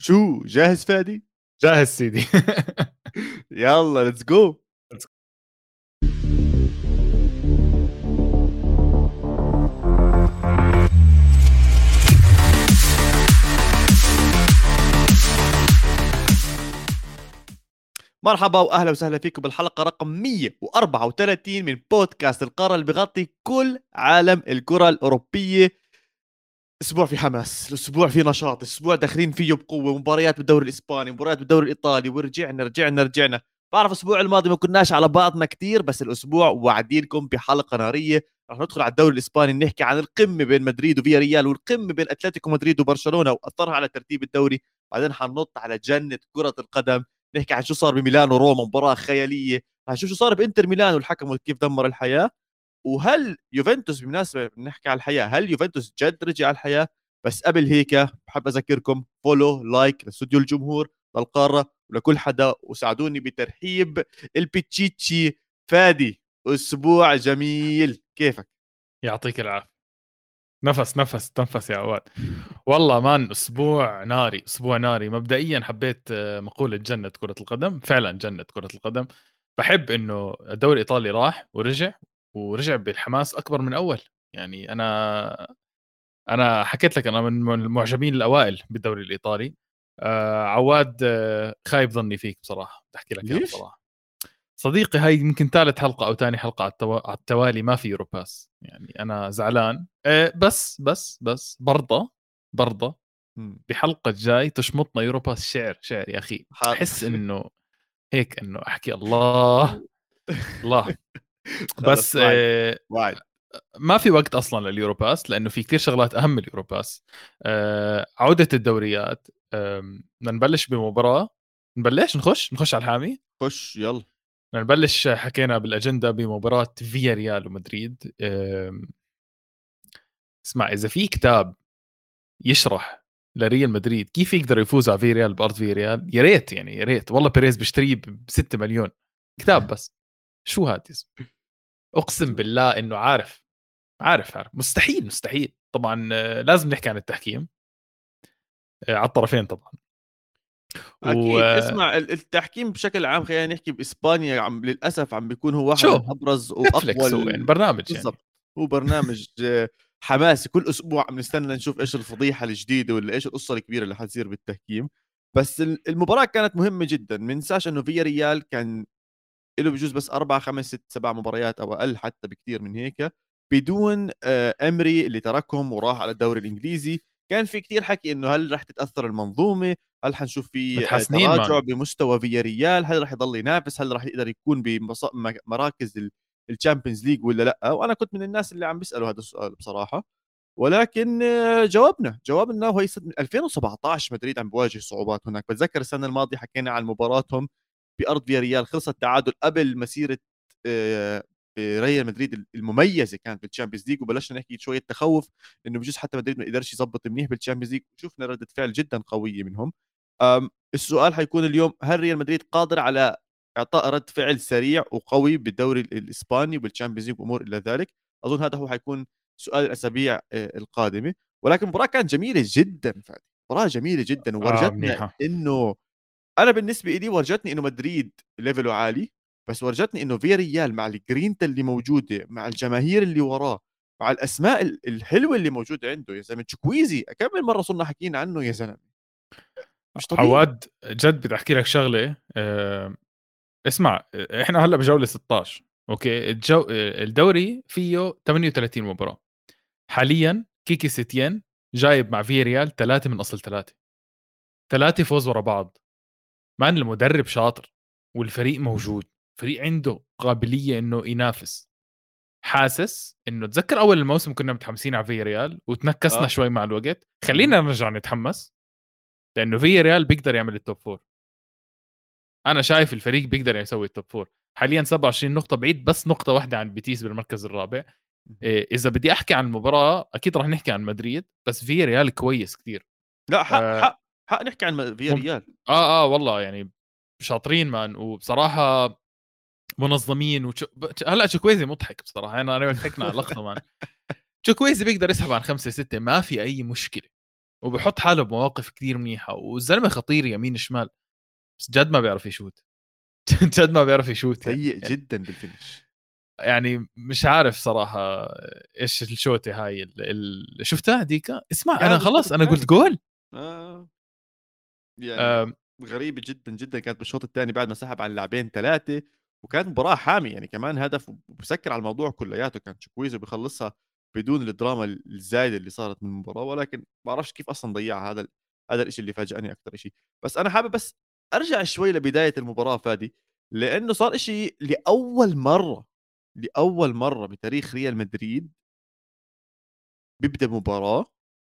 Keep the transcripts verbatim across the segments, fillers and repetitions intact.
شو جاهز فادي؟ جاهز سيدي. يلا ليتس جو. مرحبا واهلا وسهلا فيكم بالحلقه رقم مية وأربعة وثلاثين من بودكاست القاره اللي بغطي كل عالم الكره الاوروبيه. اسبوع في حماس، الاسبوع في نشاط، الاسبوع داخلين فيه بقوه، مباريات بالدوري الاسباني، مباريات بالدوري الايطالي، ورجعنا رجعنا رجعنا. بعرف الاسبوع الماضي ما كناش على بعضنا كتير، بس الاسبوع وعديلكم بحلقه ناريه. رح ندخل على الدوري الاسباني، نحكي عن القمه بين مدريد وفيا ريال، والقمه بين اتلتيكو مدريد وبرشلونه واثرها على ترتيب الدوري. بعدين حننط على جنه كره القدم، نحكي عن شو صار بميلان وروما، مباراه خياليه. هنشوف شو صار بانتر ميلان والحكم كيف دمر الحياه. وهل يوفنتوس، بمناسبة بنحكي على الحياة، هل يوفنتوس جد رجع على الحياة؟ بس قبل هيك بحب أذكركم فولو لايك لاستوديو الجمهور، للقارة ولكل حدا، وساعدوني بترحيب البيتشيتشي فادي. أسبوع جميل، كيفك؟ يعطيك العافية. نفس نفس تنفس يا عواد. والله مان اسبوع ناري، اسبوع ناري. مبدئيا حبيت آه، مقولة جنة كرة القدم، فعلا جنة كرة القدم. بحب انه الدوري الايطالي راح ورجع، ورجع بالحماس اكبر من اول. يعني انا انا حكيت لك انا من المعجبين الاوائل بالدوري الايطالي. آه عواد، آه خايب ظني فيك بصراحة، بحكي لك اياها ليش؟ بصراحة. صديقي، هاي يمكن ثالث حلقة أو ثاني حلقة على, التو... على التوالي ما في يوروباس. يعني أنا زعلان. أه بس بس بس برضه برضه مم. بحلقة جاي تشمطنا يوروباس. شعر شعر يا أخي. حاضر. أحس إنه هيك إنه أحكي الله الله. خلص بس وعد أه وعد. ما في وقت أصلا لليوروباس، لأنه في كتير شغلات أهم من اليوروباس. أه عودة الدوريات. أه بدنا نبلش بمباراة. نبلش نخش نخش على الحامي. خش يلا. نبلش حكينا بالأجندة بمباراة فيا ريال ومدريد. أم، اسمع، إذا في كتاب يشرح لريال مدريد كيف يقدر يفوز على فيا ريال بأرض فيا ريال، يا ريت يعني يا ريت والله بيريز بيشتريه ب ستة مليون. كتاب بس. شو هاد؟ أقسم بالله إنه عارف عارف عارف مستحيل مستحيل. طبعا آه، لازم نحكي عن التحكيم آه، على الطرفين طبعا. اكيد. وشو اسمع، ال- التحكيم بشكل عام، خلينا نحكي باسبانيا، عم للاسف عم بيكون هو واحد من ابرز واقوى نتفليكس هو يعني ال... برنامج يعني. بالضبط. هو برنامج آه، حماسي، كل اسبوع عم نستنى نشوف ايش الفضيحه الجديده ولا ايش القصه الكبيره اللي حتصير بالتحكيم. بس ال- المباراه كانت مهمه جدا. ما ننساش انه فيا ريال كان له بجوز بس اربع خمس ست سبع مباريات او اقل حتى بكثير من هيك بدون آه، امري اللي تركهم وراح على الدوري الانجليزي. كان في كثير حكي انه هل رح تتاثر المنظومه، هل حنشوف في آه، متحسنين تراجع مان. بمستوى فيا ريال، هل رح يضل ينافس، هل رح يقدر يكون بمراكز الشامبيونز ليج ولا لا. وانا كنت من الناس اللي عم بيسالوا هذا السؤال بصراحه. ولكن آه، جاوبنا جاوبنا وهي صد- من ألفين وسبعطعش مدريد عم بواجه صعوبات هناك. بتذكر السنه الماضيه حكينا عن مباراتهم بارض فيا ريال، خلصت تعادل قبل مسيره آه، آه، ريال مدريد المميزه كانت بالتشامبيونز ليج، وبلشنا نحكي شويه تخوف انه بجوز حتى مدريد ما قدرش يظبط منيح بالتشامبيونز ليج. شفنا رده فعل جدا قويه منهم. أم، السؤال حيكون اليوم، هل ريال مدريد قادر على اعطاء رد فعل سريع وقوي بالدوري ال- الاسباني وبالتشامبيونز ليج وامور الى ذلك؟ اظن هذا هو حيكون سؤال الاسابيع آه، القادمه. ولكن المباراه كانت جميله جدا فادي، مباراه جميله جدا، اه وورجتنا منيحة. انه، انا بالنسبه لي ورجتني انه مدريد ليفله عالي، بس ورجتني انه فيا ريال مع الجرينتا اللي موجوده، مع الجماهير اللي وراه، مع الاسماء ال- الحلوه اللي موجوده عنده. يا زلمه تشكويزي، كم من مره صرنا حكينا عنه يا زلمه، مش طبيعي. عواد جد بدي احكي لك شغله. أه اسمع، احنا هلا بجوله ستاشر. اوكي، الجو الدوري فيه ثمانية وثلاثين مباراه. حاليا كيكي ستين جايب مع فيا ريال ثلاثه من اصل ثلاثه. ثلاثه فوز ورا بعض. مان المدرب شاطر والفريق موجود. فريق عنده قابليه انه ينافس. حاسس انه تذكر اول الموسم كنا متحمسين على فيا ريال وتنكسنا اه. شوي مع الوقت. مهم. خلينا نرجع نتحمس، لانه فيا ريال بيقدر يعمل التوب فور. انا شايف الفريق بيقدر يسوي التوب فور. حاليا سبعة وعشرين نقطه، بعيد بس نقطه واحده عن بيتيس بالمركز الرابع. مهم. إيه، اذا بدي احكي عن المباراه اكيد راح نحكي عن مدريد، بس في ريال كويس كتير. لا، حق آه حق حق نحكي عن فيا مم... ريال. اه اه والله يعني شاطرين مان، وبصراحه منظمين. وش... ب- هلا تشوكويزي مضحك بصراحه. انا انا ضحكنا على لقطه مان. تشوكويزي بيقدر يسحب عن خمسة ستة، ما في اي مشكله. وبحط حاله بمواقف كثير منيحه، والزلمه خطير يمين شمال، بس جد ما بيعرف يشوت. جد ما بيعرف يشوت يعني. سيء جدا بالفينش. يعني مش عارف صراحه ايش الشوطه هاي اللي شفتها هذيك. اسمع انا كان بالشوط خلص انا قلت الثاني جول. آه. يعني آه غريبة جدا جدا كانت بالشوط الثاني بعد ما سحب على اللاعبين ثلاثة، وكانت مباراة حامية يعني، كمان هدف وبسكر على الموضوع كلياته، كان تشكويزو بيخلصها بدون الدراما الزايدة اللي صارت من المباراة، ولكن ما بعرفش كيف أصلا ضيعها. هذا ال- هذا الشيء اللي فاجأني أكثر شيء. بس أنا حابب بس أرجع شوي لبداية المباراة فادي، لأنه صار شيء لأول مرة، لأول مرة بتاريخ ريال مدريد بيبدأ مباراة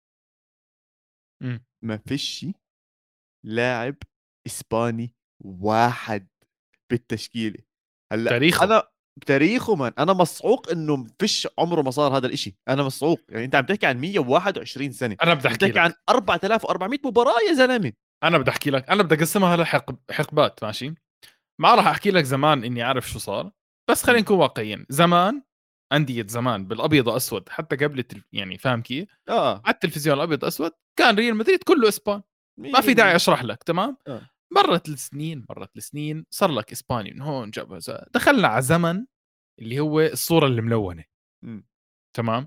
م. ما فيش لاعب اسباني واحد بالتشكيله. هلا تاريخه. انا بتاريخه مان انا مصعوق انه فيش عمره ما صار هذا الاشي. انا مصعوق يعني، انت عم تحكي عن مية وواحد وعشرين سنه، انا بدي عم احكي تحكي عن لك أربعة آلاف وأربعمية مباراه يا زلمه. انا بدي احكي لك انا بدي اقسمها لحقب حقبات ماشي. ما راح احكي لك زمان اني عارف شو صار، بس خلينا مم. نكون واقعيين. زمان أندية زمان بالأبيض وأسود، حتى قبل التل... يعني فاهم كيف؟ اه على التلفزيون الأبيض وأسود كان ريال مدريد كله إسبان. ما في داعي مية بالمية. أشرح لك، تمام؟ اه مرت السنين مرت السنين صار لك إسباني من هون جاب هذا. دخلنا على زمن اللي هو الصورة الملونة، مم. تمام؟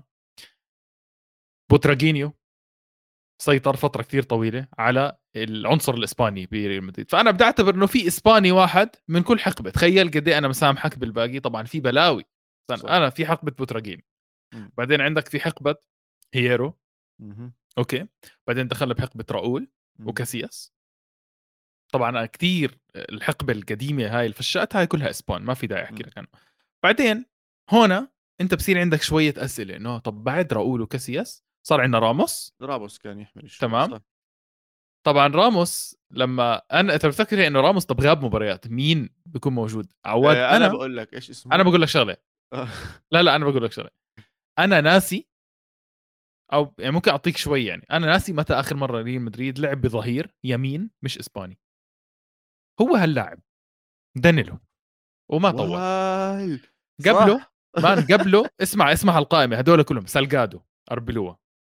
بوتراجينيو سيطر فترة كثير طويلة على العنصر الإسباني بريال مدريد، فأنا بدي أعتبر إنه في إسباني واحد من كل حقبة. تخيل قد إيه أنا مسامحك بالباقي، طبعا في بلاوي. صح. أنا في حقبة بوتراجينيو، مم. بعدين عندك في حقبة هيرو، مهم. اوكي، بعدين دخلنا بحقبه راؤول مم. وكاسياس. طبعا أنا كثير الحقبه القديمه هاي الفشات هاي كلها اسبان، ما في داعي احكي مم. لك عنه. بعدين هنا انت بصير عندك شويه اسئله، انه طب بعد راؤول وكاسياس صار عندنا راموس، راموس كان يحمل شوي تمام. صح. طبعا راموس لما انا انت بتفكر انه راموس طب غاب مباريات، مين بيكون موجود؟ عواد. آه انا انا بقول لك ايش انا اسمه. بقول لك شغله. آه. لا لا انا بقول لك شغله. انا ناسي، او يعني ممكن اعطيك شوي، يعني انا ناسي متى اخر مره ريال مدريد لعب بظهير يمين مش اسباني. هو هاللاعب دانيلو، وما طول. واي قبله صح. مان قبله اسمع اسمع هالقائمه هدول كلهم: سالجادو، اربلوا،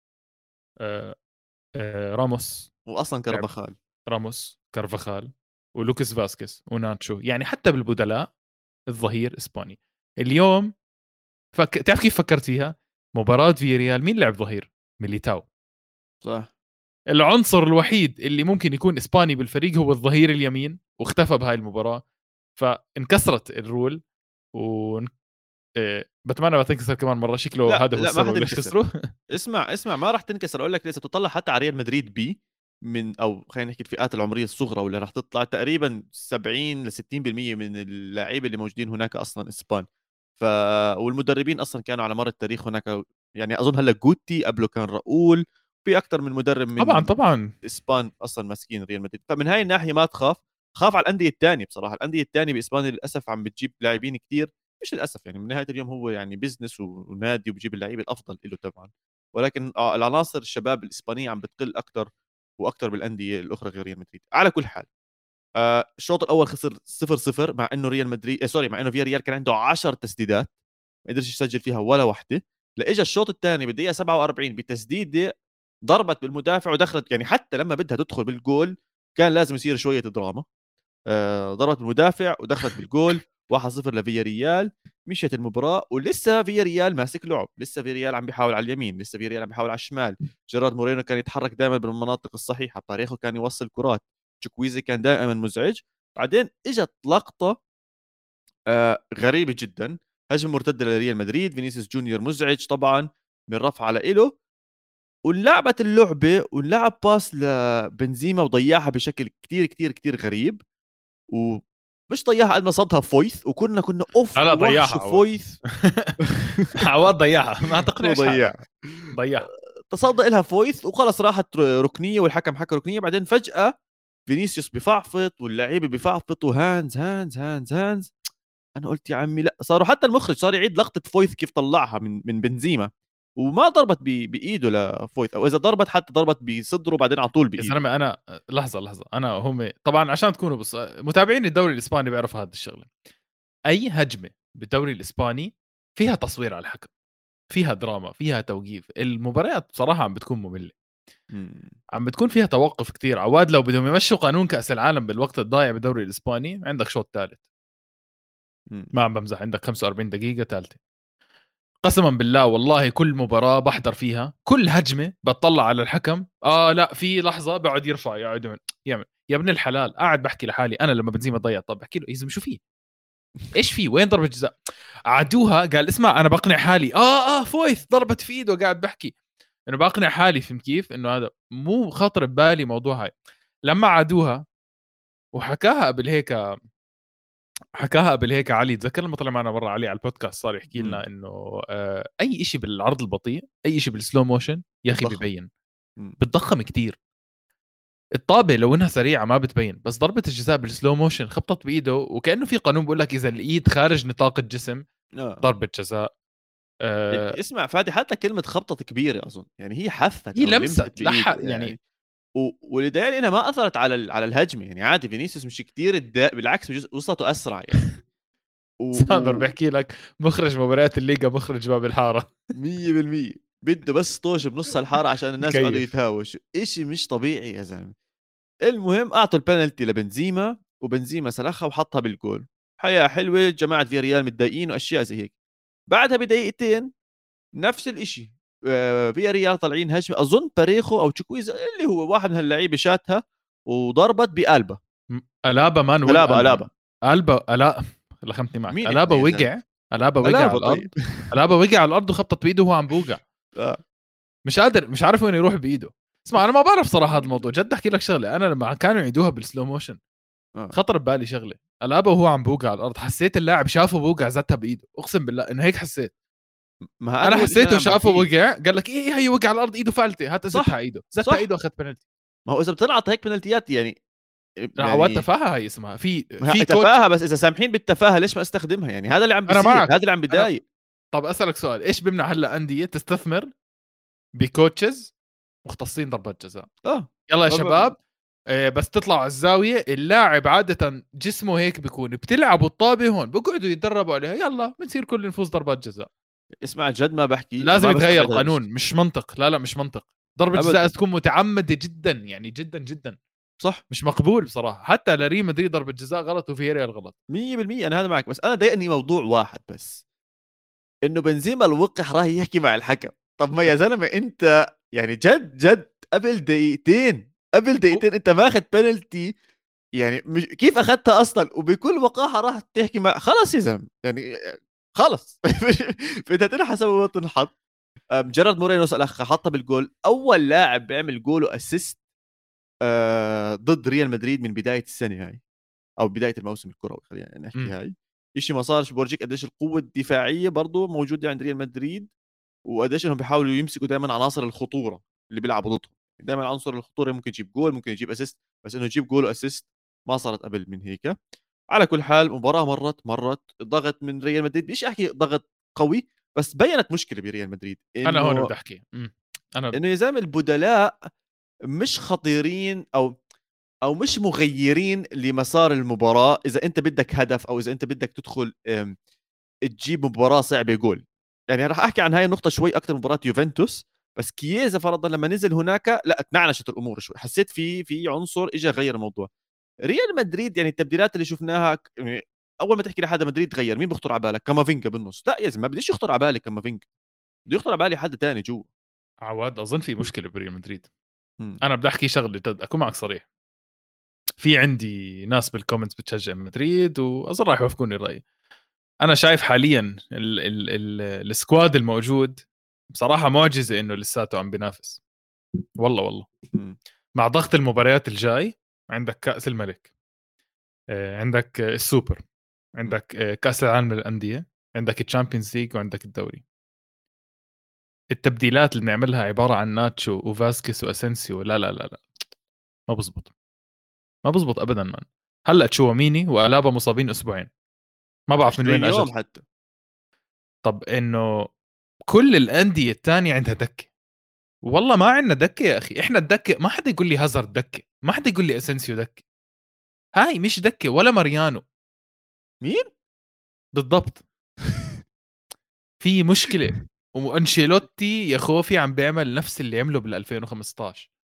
آه آه راموس، واصلا لعب كربخال. راموس، كارفاخال، ولوكاس فاسكيز وناتشو. يعني حتى بالبدلاء الظهير اسباني. اليوم فك... تعرف كيف فكرت فيها؟ مباراة فيريال مين لعب ظهير؟ ميليتاو. صح. العنصر الوحيد اللي ممكن يكون اسباني بالفريق هو الظهير اليمين، واختفى بهاي المباراة. فانكسرت الرول. و إيه، بتمنى ما تنكسر كمان مره. شكله لا هذا هو لا ما السبب ليش حتنكسر. خسروا. اسمع اسمع ما راح تنكسر، اقول لك ليش. تطلع حتى على ريال مدريد بي، من او خلينا نحكي الفئات العمريه الصغرى واللي راح تطلع تقريبا سبعين ل ستين بالمية من اللاعبين اللي موجودين هناك اصلا اسبان. ف والمدربين اصلا كانوا على مر التاريخ هناك، يعني اظن هلا جوتي قبله كان راؤول، في اكثر من مدرب طبعا من طبعا. اسبان اصلا ماسكين ريال مدريد. فمن هاي الناحيه ما تخاف. خاف على الانديه الثانيه بصراحه. الانديه الثانيه باسبانيا للاسف عم بتجيب لاعبين كثير، مش للاسف يعني، من نهايه اليوم هو يعني بزنس ونادي وبجيب اللعيبه الافضل له طبعا، ولكن آه العناصر الشباب الاسبانيه عم بتقل اكثر واكثر بالانديه الاخرى غير ريال مدريد. على كل حال آه الشوط الاول خسر صفر صفر، مع انه ريال مدريد آه سوري، مع انه فيا ريال كان عنده عشر تسديدات ما قدرش يسجل فيها ولا واحده. لاجا الشوط الثاني بالدقيقه سبعة وأربعين بتسديده ضربت بالمدافع ودخلت، يعني حتى لما بدها تدخل بالجول كان لازم يصير شويه دراما. آه ضربت بالمدافع ودخلت بالجول. واحد صفر لفيا ريال. مشيت المباراه ولسه فيا ريال ماسك لعب، لسه فيا ريال عم بيحاول على اليمين، لسه فيا ريال عم بيحاول على الشمال. جيرارد مورينو كان يتحرك دائما بالمناطق الصحيحه، طريقه كان يوصل كرات. تشكويزي كان دائما مزعج. بعدين اجت لقطه آه غريبه جدا، هجمه مرتده لريال مدريد، فينيسيوس جونيور مزعج طبعا من رفع على إله، ولعبت اللعبه ولعب باس لبنزيما وضيعها بشكل كتير كتير كتير غريب. ومش ضيعها قد ما صدها فويث، وكنا كنا اوف لا لا ضيعها وحش عواد. فويث. عواد ضيعها، ما تقنعش حالك. وضيع. ضيعها. تصدى لها فويث وخلص راحت ركنيه، والحكم حكى ركنيه. بعدين فجاه فينيسيوس بفعفط واللعيبه بفعفطوا هانز هانز هانز هانز. انا قلت يا عمي لا، صاروا حتى المخرج صار يعيد لقطه فويث كيف طلعها من من بنزيما، وما ضربت ب- بايده لفويث، او اذا ضربت حتى ضربت بصدره بعدين على طول يا بايده. زلمه انا لحظه لحظه، انا هم طبعا عشان تكونوا بس متابعين الدوري الاسباني بيعرفوا هذا الشغله. اي هجمه بالدوري الاسباني فيها تصوير على الحكم، فيها دراما، فيها توقيف. المباريات بصراحه عم بتكون ممله. مم. عم بتكون فيها توقف كتير. عواد لو بدهم يمشوا قانون كأس العالم بالوقت الضايع بالدوري الإسباني عندك شوط ثالث، مم. ما عم بمزح، عندك خمسة وأربعين دقيقة ثالثة. قسما بالله والله كل مباراة بحضر فيها كل هجمة بطلع على الحكم، اه لا في لحظة بقعد يرفع يقعد يعمل يعمل يا ابن الحلال. قاعد بحكي لحالي انا لما بنزيما ضيع، طب بحكي له يا زلمه شو في ايش في وين ضربة جزاء؟ عادوها قال اسمع انا بقنع حالي اه اه فويث ضربت في ايده، قاعد بحكي انه بقنع حالي، فهمت كيف؟ انه هذا مو خاطر ببالي موضوع هاي. لما عادوها وحكاها قبل هيك، حكاها قبل هيك علي، تذكر لما طلع معنا مره علي على البودكاست صار يحكي مم. لنا انه آه اي شيء بالعرض البطيء، اي شيء بالسلو موشن يا اخي بتضخم. ببين، مم. بتضخم كتير. الطابه لو انها سريعه ما بتبين، بس ضربه الجزاء بالسلو موشن خبطت بايده وكانه في قانون بيقول لك اذا الايد خارج نطاق الجسم آه. ضربه جزاء. آه اسمع فادي، حتى كلمة خبطة كبيرة أظن، يعني هي حثت هي أو لمست لمست لح بإيده يعني. يعني. و... ولديال انها ما اثرت على ال... على الهجمه، يعني عادي فينيسيوس مش كتير الدا... بالعكس بجوز وصلته اسرع يعني. و... ساندر و... بحكي لك مخرج مباريات الليغا مخرج باب الحاره. مية بالمية بده بس طوش بنص الحاره عشان الناس يقعدوا كيف يتهاوشوا، اشي مش طبيعي يا زلمه. المهم اعطوا البنالتي لبنزيما، وبنزيما سلخها وحطها بالجول. حياة حلوه، جماعه في ريال متضايقين واشياء زي هيك. بعدها بدقيقتين نفس الاشي، آه، في ريال طالعين هجمه، اظن باريخو او تشكويز اللي هو واحد من اللعيبه شاتها وضربت بقلبها. الابا مان وقع الابا ال- الابا البا الا لخمتني معك. مين الابا احنا يا زلمه؟ وقع، الابا وقع على الابا الارض، طيب. الابا وقع على الارض وخبطت بايده وهو عم بوقع. آه. مش قادر، مش عارف وين يروح بايده. اسمع انا ما بعرف صراحه هذا الموضوع، جد احكي لك شغله، انا لما كانوا يعيدوها بالسلو موشن آه. خطر ببالي شغله. الابا وهو عم بوقع على الارض حسيت اللاعب شافه بوقع زتها بايده، اقسم بالله انه هيك حسيت. ما هذا انا هو الشيء اللي حسيته انا عم شافه بحكيه. وقع قال لك ايه هي وقع على الارض ايده فالته، هات زتها صح ايده، زتها صح. ايده اخذت بنالتي. ما هو اذا بتنعط هيك بنالتيات يعني، عواد يعني تفاهه هي اسمها، في ما في هي كوتش. تفاهه، بس اذا سامحين بالتفاهه ليش ما استخدمها؟ يعني هذا اللي عم انا بيصير، هذا معك، اللي عم انا بضايق. طب اسالك سؤال، ايش بيمنع هلا انديه تستثمر بكوتشز مختصين ضربات جزاء؟ اه يلا يا ما ب... شباب، آه، بس تطلعوا على الزاويه، اللاعب عاده جسمه هيك بيكون، بتلعبوا الطابه هون بقعدوا يتدربوا عليها، يلا بنصير كل نفوز ضربات جزاء. اسمع جد ما بحكي لازم ما يتغير بستبعد هذا القانون، الشيء. مش منطق، لا لا مش منطق. ضربة جزاء ابدا. تكون متعمدة جدا يعني، جدا جدا صح. مش مقبول بصراحة. حتى لريال مدريد ضربة جزاء غلط وفي ريال غلط. مية بالمية انا هذا معك، بس انا ضايقني موضوع واحد بس، انه بنزيما الوقح راح يحكي مع الحكم. طب ما يا زلمه انت يعني جد جد قبل دقيقتين، قبل دقيقتين انت ماخذ بنالتي، يعني مش كيف اخذتها اصلا؟ وبكل وقاحه راح تحكي مع خلص يا زلمه يعني، خلص. بدها تنحسب وما تنحط. أم، جيرارد مورينو الاخ حطها بالجول، اول لاعب بيعمل جول واسيست آه ضد ريال مدريد من بدايه السنه هاي، او بدايه الموسم الكروي خلينا نحكي. م. هاي شيء ما صارش، بورجيك قديش القوه الدفاعيه برضه موجوده عند ريال مدريد، وقديش انهم بيحاولوا يمسكوا دائما عناصر الخطوره اللي بيلعبوا ضدهم. دائما عنصر الخطوره ممكن يجيب جول، ممكن يجيب اسيست، بس انه يجيب جول واسيست ما صارت قبل من هيك. على كل حال مباراه مرت مرت ضغط من ريال مدريد، بديش احكي ضغط قوي، بس بينت مشكله بريال مدريد انا هون انه بدي احكي م. انا انه يا زلمه البدلاء مش خطيرين، او او مش مغيرين لمسار المباراه. اذا انت بدك هدف، او اذا انت بدك تدخل أم، تجيب مباراه صعبه جول. يعني راح احكي عن هاي النقطه شوي اكثر، مباراه يوفنتوس بس كييزا فرضا لما نزل هناك لا تنعنشت الامور شوي، حسيت في في عنصر اجى غير الموضوع. ريال مدريد يعني التبديلات اللي شفناها ك- يعني اول ما تحكي لحدا مدريد تغير، مين بيخطر على بالك؟ كامافينجا بالنص؟ لا يا زلمه ما بديش يخطر على بالي كامافينجا، بده يخطر على بالي حدا تاني جوا. عواد اظن في مشكلة بريال مدريد. مم. انا بدي احكي شغله جد اكون معك صريح. في عندي ناس بالكومنتس بتشجع مدريد واظن راح يوافقوني الراي. انا شايف حاليا ال ال ال السكواد الموجود بصراحه معجزه انه لساته عم بينافس. والله والله مم. مع ضغط المباريات الجاي، عندك كأس الملك، آه، عندك آه، السوبر، مم. عندك آه، كأس العالم للأندية، عندك الشامبيونز ليج، وعندك الدوري. التبديلات اللي بنعملها عبارة عن ناتشو وفاسكيس وأسنسيو، لا لا لا لا ما بزبط، ما بزبط أبدا مان. هلأ تشواميني وألابا مصابين أسبوعين، ما بعرف من عشرين وين يوم أجل. حتى. طب إنه كل الأندية الثانية عندها دكة، والله ما عندنا دكة يا أخي. إحنا الدكة ما حدا يقول لي هازارد دكة، ما حدا يقول لي أسنسيو دكة، هاي مش دكة ولا ماريانو. مين؟ بالضبط في مشكلة. وانشيلوتي يا خوفي عم بيعمل نفس اللي عمله بال ألفين وخمسطعش.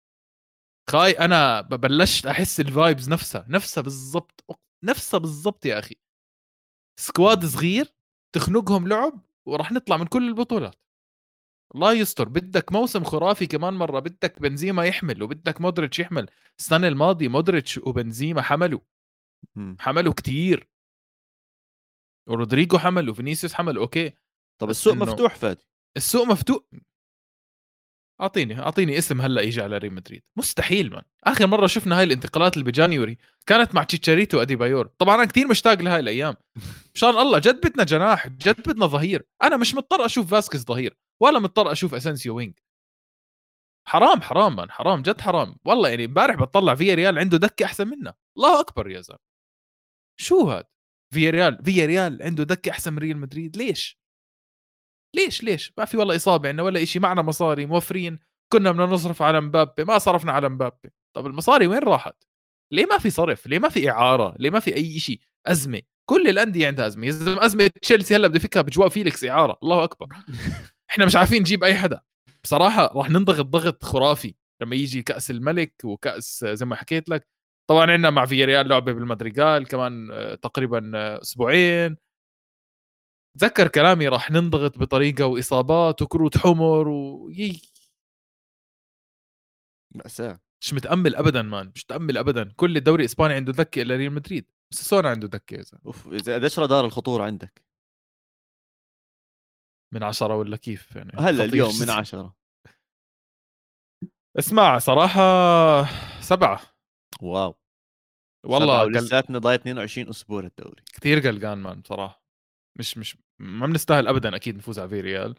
خاي انا ببلشت احس الفايبز نفسها نفسها بالضبط، نفسها بالضبط يا اخي. سكواد صغير تخنقهم لعب وراح نطلع من كل البطولات. الله يستر، بدك موسم خرافي كمان مرة، بدك بنزيما يحمل وبدك مودريتش يحمل. السنة الماضية مودريتش وبنزيما حملوا مم. حملوا كتير، ورودريجو حمل وفينيسيوس حمل، اوكي. طب بس السوق انه مفتوح فادي. السوق مفتوح. اعطيني اعطيني اسم هلا يجي على ريال مدريد، مستحيل مان. اخر مره شفنا هاي الانتقالات اللي بجانيوري كانت مع تشيتشاريتو وادي بايور. طبعا انا كثير مشتاق لهاي الايام، مشان الله جد بدنا جناح، جد بدنا ظهير. انا مش مضطر اشوف فاسكيز ظهير ولا مضطر اشوف اسنسيو وينج. حرام حرام مان، حرام جد حرام والله. يعني امبارح بطلع فيا ريال عنده دكه احسن منا، الله اكبر يا زلمه. شو هاد؟ فيا ريال فيا ريال عنده دكه احسن من ريال مدريد، ليش؟ ليش ليش ما في والله اصابه عندنا ولا شيء، معنا مصاري موفرين، كنا بدنا نصرف على مبابي ما صرفنا على مبابي. طب المصاري وين راحت؟ ليه ما في صرف؟ ليه ما في اعاره؟ ليه ما في اي شيء؟ ازمه، كل الانديه عندها ازمه. يا زلمه ازمه تشيلسي هلا بده يفكها بجواء فيليكس اعاره، الله اكبر. احنا مش عارفين نجيب اي حدا. بصراحه راح ننضغط ضغط خرافي لما يجي كاس الملك وكاس زي ما حكيت لك. طبعا عندنا مع فياريال لعبه بالمدريغال كمان آه، تقريبا آه، اسبوعين. تذكر كلامي، راح ننضغط بطريقه واصابات وكروت حمر و مأساة. مش متامل ابدا مان، مش متامل ابدا. كل الدوري الاسباني عنده دكه الا ريال مدريد، بس سونا عنده دكه يا زلمه. اوف، اذا قديش رادار الخطورة عندك؟ من عشرة ولا كيف يعني؟ هلا خطير اليوم من جدا. عشرة. اسمع صراحه سبعة. واو. سبعة والله قل... ولساتنا ضايل اثنين وعشرين اسبوع الدوري. كثير قلقان مان بصراحه. مش مش ما بنستاهل ابدا اكيد نفوز على فيريال.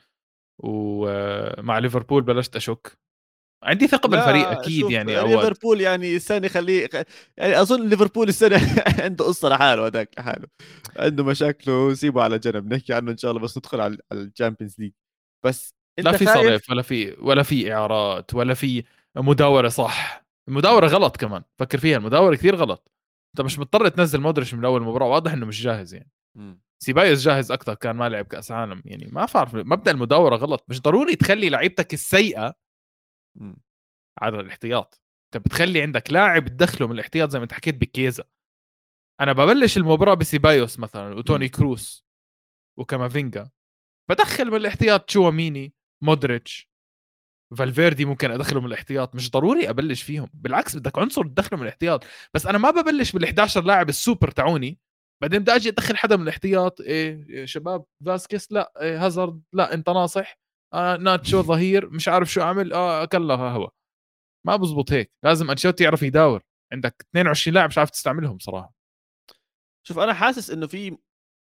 ومع ليفربول بلشت اشك. عندي ثقه بالفريق لا اكيد شوف، يعني اوقات. ليفربول يعني السنة خليه، يعني اظن ليفربول السنة عنده قصة لحاله، هذاك لحاله عنده مشاكله، سيبه على جنب نحكي عنه ان شاء الله بس ندخل على على الشامبيونز ليج. بس لا انت في خايف. صرف ولا في ولا في اعارات ولا في مداوره صح. المداوره غلط كمان، فكر فيها، المداوره كثير غلط. انت مش مضطر تنزل مودريتش من اول مباراه، واضح انه مش جاهز يعني. مم. سيبايوس جاهز اكثر، كان ما لعب كاس عالم يعني. ما بعرف، مبدا المداوره غلط. مش ضروري تخلي لعيبتك السيئه مم. على الاحتياط. انت بتخلي عندك لاعب تدخله من الاحتياط زي ما انت حكيت بكيزا. انا ببلش المباراه بسيبايوس مثلا وتوني مم. كروس وكامافينجا، بدخل من الاحتياط تشواميني، مودريتش، فالفيردي ممكن ادخله من الاحتياط. مش ضروري ابلش فيهم، بالعكس بدك عنصر تدخله من الاحتياط. بس انا ما ببلش بال11 لاعب السوبر تاعوني، بعدين بدي اجي ادخل حدا من الاحتياط. إيه, إيه شباب، فاسكيس لا، إيه هازارد لا، انت ناصح، آه ناتشو ظهير، مش عارف شو اعمل، اه كلها هوا. ما بزبط هيك، لازم انشيلوتي يعرف يداور. عندك اثنين وعشرين لاعب مش عارف تستعملهم صراحه. شوف انا حاسس انه في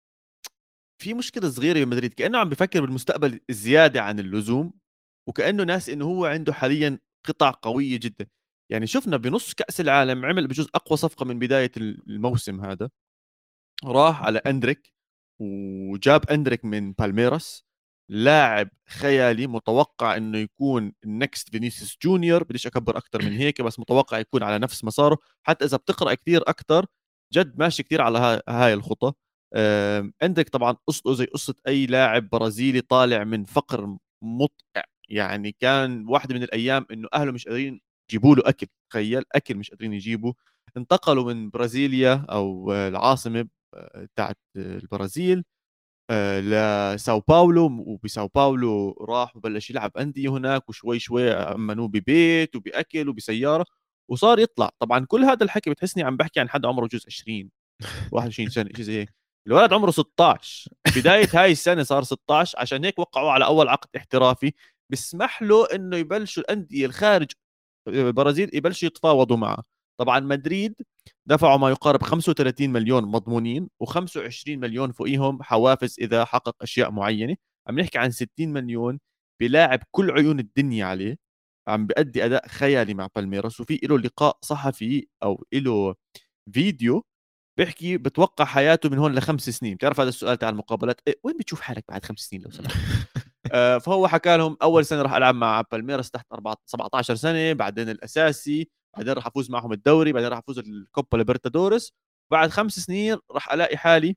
في مشكله صغيره بمدريد، كانه عم بفكر بالمستقبل زياده عن اللزوم، وكانه ناس انه هو عنده حاليا قطع قويه جدا. يعني شفنا بنص كاس العالم عمل بجوز اقوى صفقه من بدايه الموسم هذا، راح على اندريك، وجاب اندريك من بالميراس، لاعب خيالي متوقع انه يكون النكست فينيسيوس جونيور. بديش اكبر اكثر من هيك، بس متوقع يكون على نفس مساره. حتى اذا بتقرا كثير اكثر، جد ماشي كثير على هاي, هاي الخطى. أم، اندريك طبعا قصته زي قصه اي لاعب برازيلي طالع من فقر مطقع. يعني كان واحدة من الايام انه اهله مش قادرين يجيبوا له اكل، تخيل اكل مش قادرين يجيبوا. انتقلوا من برازيليا او العاصمه بتاعت البرازيل آه، لساو باولو، وبساو باولو راح وبلش يلعب أندية هناك، وشوي شوي أمنوه ببيت وبأكل وبسيارة، وصار يطلع. طبعا كل هذا الحكي بتحسني عم بحكي عن حد عمره جزء عشرين واحد وعشرين سنة، شيء زي هيك. الولد عمره ستاشر بداية هاي السنة، صار ستاشر. عشان هيك وقعوا على أول عقد احترافي بيسمح له إنه يبلشوا الأندية الخارج البرازيل يبلشوا يتفاوضوا معه. طبعا مدريد دفعوا ما يقارب خمسة وثلاثين مليون مضمونين، و25 مليون فوقيهم حوافز اذا حقق اشياء معينه. عم نحكي عن ستين مليون بلاعب كل عيون الدنيا عليه، عم بيأدي اداء خيالي مع بالميراس. وفي له لقاء صحفي او له فيديو بيحكي بتوقع حياته من هون لخمس سنين. بتعرف هذا السؤال تاع المقابلات، إيه وين بتشوف حالك بعد خمس سنين لو سمحت؟ آه، فهو حكى لهم اول سنه راح العب مع بالميراس تحت أربعة سبعتاشر سنه، بعدين الاساسي، بعدين راح افوز معهم الدوري، بعدين راح افوز الكوبا ليبرتادوريس، بعد خمس سنين راح الاقي حالي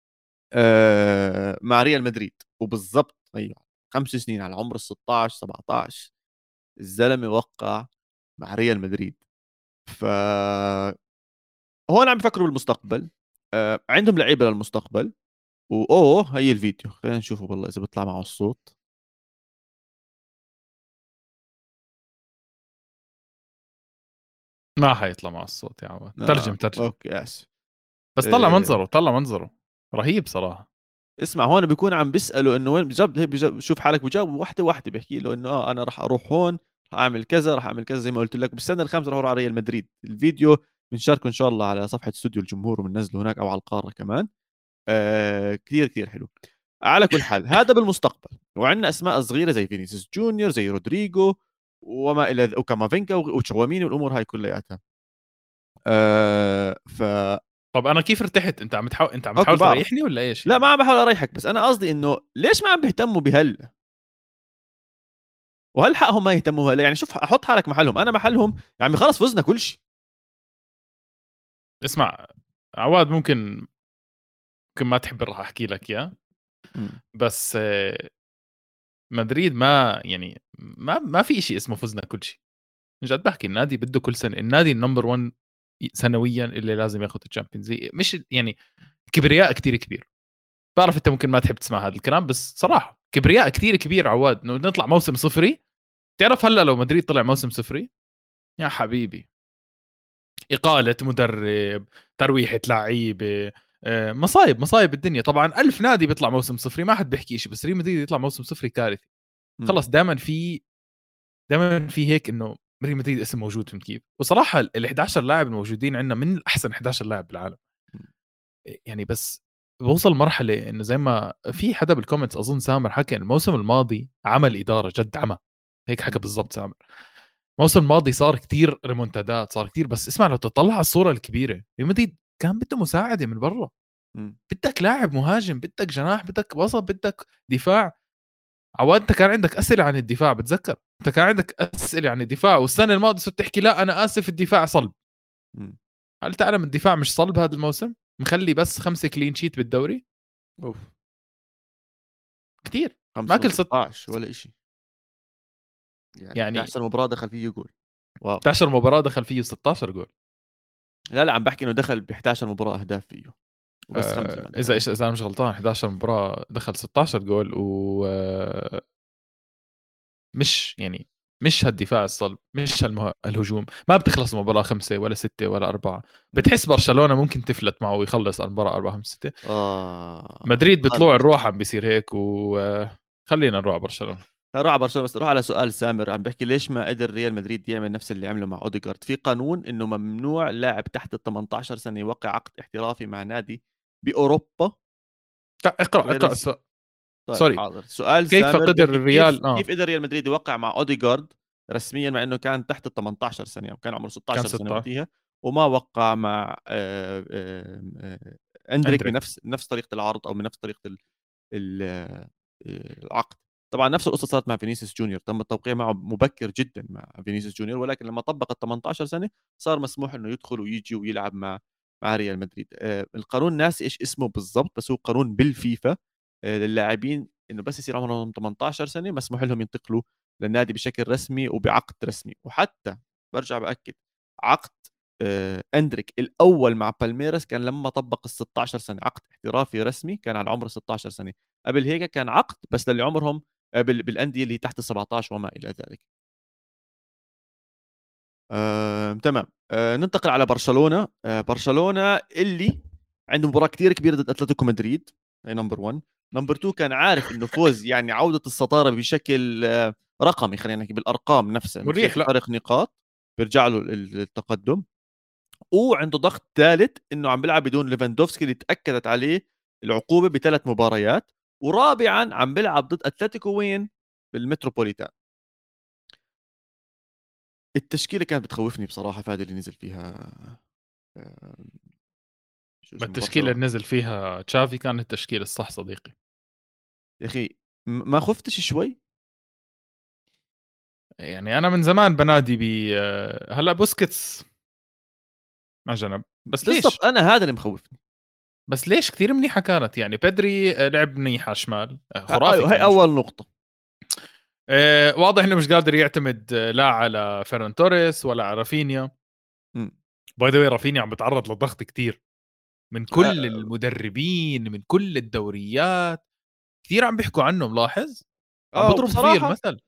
آه، مع ريال مدريد. وبالضبط ايوه، خمس سنين على عمر ال ستاشر سبعتاشر الزلمه وقع مع ريال مدريد. ف هون عم بفكروا بالمستقبل. آه، عندهم لعيبه للمستقبل. واوه هي الفيديو، خلينا نشوفه والله اذا بيطلع معه الصوت. ما حيطلع مع الصوت يا عواد، آه. ترجم ترجم. اوكي اسف. بس طلع آه. منظره، طلع منظره رهيب صراحه. اسمع هون بيكون عم بيساله انه وين بجاب، هيك بجاب شوف حالك، بجاوب واحده واحده، بيحكي له انه اه انا راح اروح هون، راح اعمل كذا، راح اعمل كذا زي ما قلت لك، بالسنه الخامسه راح اروح على ريال مدريد. الفيديو بنشاركه ان شاء الله على صفحه استوديو الجمهور وبننزله هناك او على القاره كمان. آه كثير كثير حلو. على كل حال هذا بالمستقبل، وعندنا اسماء صغيره زي فينيسيوس جونيور، زي رودريجو وما الى ذ- وكامافينكا وتشاوميني والامور هاي كلياتها. آه ف طب انا كيف ارتحت؟ انت عم تحاول انت عم اوكي تحاول بعرف. تريحني ولا ايش لا يعني؟ ما عم بحاول اريحك، بس انا قصدي انه ليش ما عم بيهتموا بهال، وهل حقهم ما يهتموا هلا؟ يعني شوف احط حالك محلهم، انا محلهم يا عمي خلص فزنا كل شيء. اسمع عواد، ممكن ممكن ما تحب راح احكي لك اياه، بس آه، مدريد ما يعني ما ما في شيء اسمه فزنا كل شيء. من جد بحكي، النادي بده كل سنه، النادي النمبر واحد سنويا اللي لازم ياخذ الشامبيونز ليج، مش يعني كبرياء كتير كبير. بعرف انت ممكن ما تحب تسمع هذا الكلام، بس صراحه كبرياء كتير كبير عواد انه نطلع موسم صفري. تعرف هلا لو مدريد طلع موسم صفري يا حبيبي، إقالة مدرب، ترويحة لعيبة، آه، مصايب مصايب الدنيا. طبعا ألف نادي بيطلع موسم صفري ما حد بيحكي شيء، بس ريال مدريد يطلع موسم صفري كارثي. مم. خلص دائما في دائما في هيك انه ريال مدريد اسم موجود، فهمت كيف؟ وصراحة ال احد عشر لاعب الموجودين عندنا من احسن احد عشر لاعب بالعالم يعني. بس بوصل مرحلة انه زي ما في حدا بالكومنتس اظن سامر حكى، الموسم الماضي عمل إدارة جد عمى، هيك حكى بالضبط سامر. الموسم الماضي صار كتير ريمونتادات، صار كتير، بس اسمع لو تطلع على الصورة الكبيرة ريال مدريد كان بده مساعدة من برا. مم. بدك لاعب مهاجم، بدك جناح، بدك وسط، بدك دفاع. عواد انت كان عندك اسئله عن الدفاع، بتذكر انت كان عندك اسئله عن الدفاع، والسنه الماضيه صرت تحكي لا انا اسف الدفاع صلب. مم. هل تعلم الدفاع مش صلب هذا الموسم؟ مخلي بس خمسة كلين شيت بالدوري، اوف. كتير. خمسة ما من كل ست ستاشر ولا شيء، يعني يعني إحدى عشر مباراة دخل فيه جول. واو. إحدى عشر مباراه دخل فيه ستة عشر جول. لا لا عم بحكي انه دخل ب إحدى عشر مباراة اهداف فيه، وبس خمسة ما آه دخل. اذا اذا انا مش غلطان إحدى عشر مباراه دخل ستة عشر جول، و آه، مش يعني مش هالدفاع الصلب، مش هالمه... الهجوم ما بتخلص المباراة خمسة ولا ستة ولا أربعة. مم. بتحس برشلونة ممكن تفلت معه ويخلص المباراة أربعة خمسة ستة. اه مدريد صار بطلوع بس. الروح عم بيصير هيك، وخلينا نروح على برشلونة. روح على برشلونه. بس روح على سؤال سامر عم بحكي ليش ما قدر ريال مدريد يعمل نفس اللي عمله مع اوديجارد. في قانون انه ممنوع لاعب تحت ال ثمانية عشر سنه يوقع عقد احترافي مع نادي باوروبا اقرأ غير اقرأ الس... السؤال. طيب سوري. حاضر. سؤال كيف سامر قدر بيحكي كيف الريال اه كيف قدر ريال مدريد يوقع مع اوديجارد رسميا مع انه كان تحت ال ثمانية عشر سنه، او كان عمره كان ستة عشر سنه ستة عشر وقتها، وما وقع مع آه، آه، آه، اندريك اندريك. بنفس نفس طريقه العرض او بنفس طريقه ال... ال... آه، العقد. طبعا نفس القصه صارت مع فينيسيوس جونيور، تم التوقيع معه مبكر جدا مع فينيسيوس جونيور، ولكن لما طبق ال ثمانية عشر سنه صار مسموح انه يدخل ويجي ويلعب مع مع ريال مدريد. آه، القانون ناسي ايش اسمه بالضبط، بس هو قانون بالفيفا آه، للاعبين انه بس يصير عمرهم ثمانية عشر سنه مسموح لهم ينتقلوا للنادي بشكل رسمي وبعقد رسمي. وحتى برجع باكد، عقد آه، اندريك الاول مع بالميراس كان لما طبق ال ستة عشر سنه، عقد احترافي رسمي كان على عمر ستة عشر سنه. قبل هيك كان عقد بس للي عمرهم آه، بال- بالانديه اللي تحت ال سبعة عشر وما الى ذلك. آه، تمام. آه، ننتقل على برشلونه. آه، برشلونه اللي عنده مباراه كثير كبيره ضد اتلتيكو مدريد، هي نمبر واحد. نمبر اثنين كان عارف انه فوز يعني عوده السطاره بشكل آه، رقمي، خلينا نحكي بالارقام نفسها، انه بصير مريح في لا. فرق نقاط، بيرجع له ال- التقدم. وعنده ضغط ثالث انه عم بيلعب بدون ليفاندوفسكي اللي تاكدت عليه العقوبه بثلاث مباريات. ورابعا عم بيلعب ضد اتلتيكو وين؟ بالمتروبوليتان. التشكيله كانت بتخوفني بصراحه، فادي اللي نزل فيها آه، شو ما اسمه التشكيلة برشلونه. اللي نزل فيها تشافي كانت التشكيلة الصح صديقي. يا اخي م- ما خفتش شوي؟ يعني انا من زمان بنادي ب آه، هلا بوسكيتس ما جنب، بس ليش؟ بالضبط انا هذا اللي مخوفني. بس ليش كثير منيحة كانت يعني. بيدري آه، لعب منيح على شمال، آه، ه- خرافي أيوة، هاي كان مش اول نقطه. آه، واضح انه مش قادر يعتمد آه، لا على فيران توريس ولا على رافينيا. باي ذا واي رافينيا عم بتعرض لضغط كتير من كل المدربين، من كل الدوريات، كثير عم بيحكوا عنه، ملاحظ؟ عم اه بضربوا فيه وبصراحه المثل.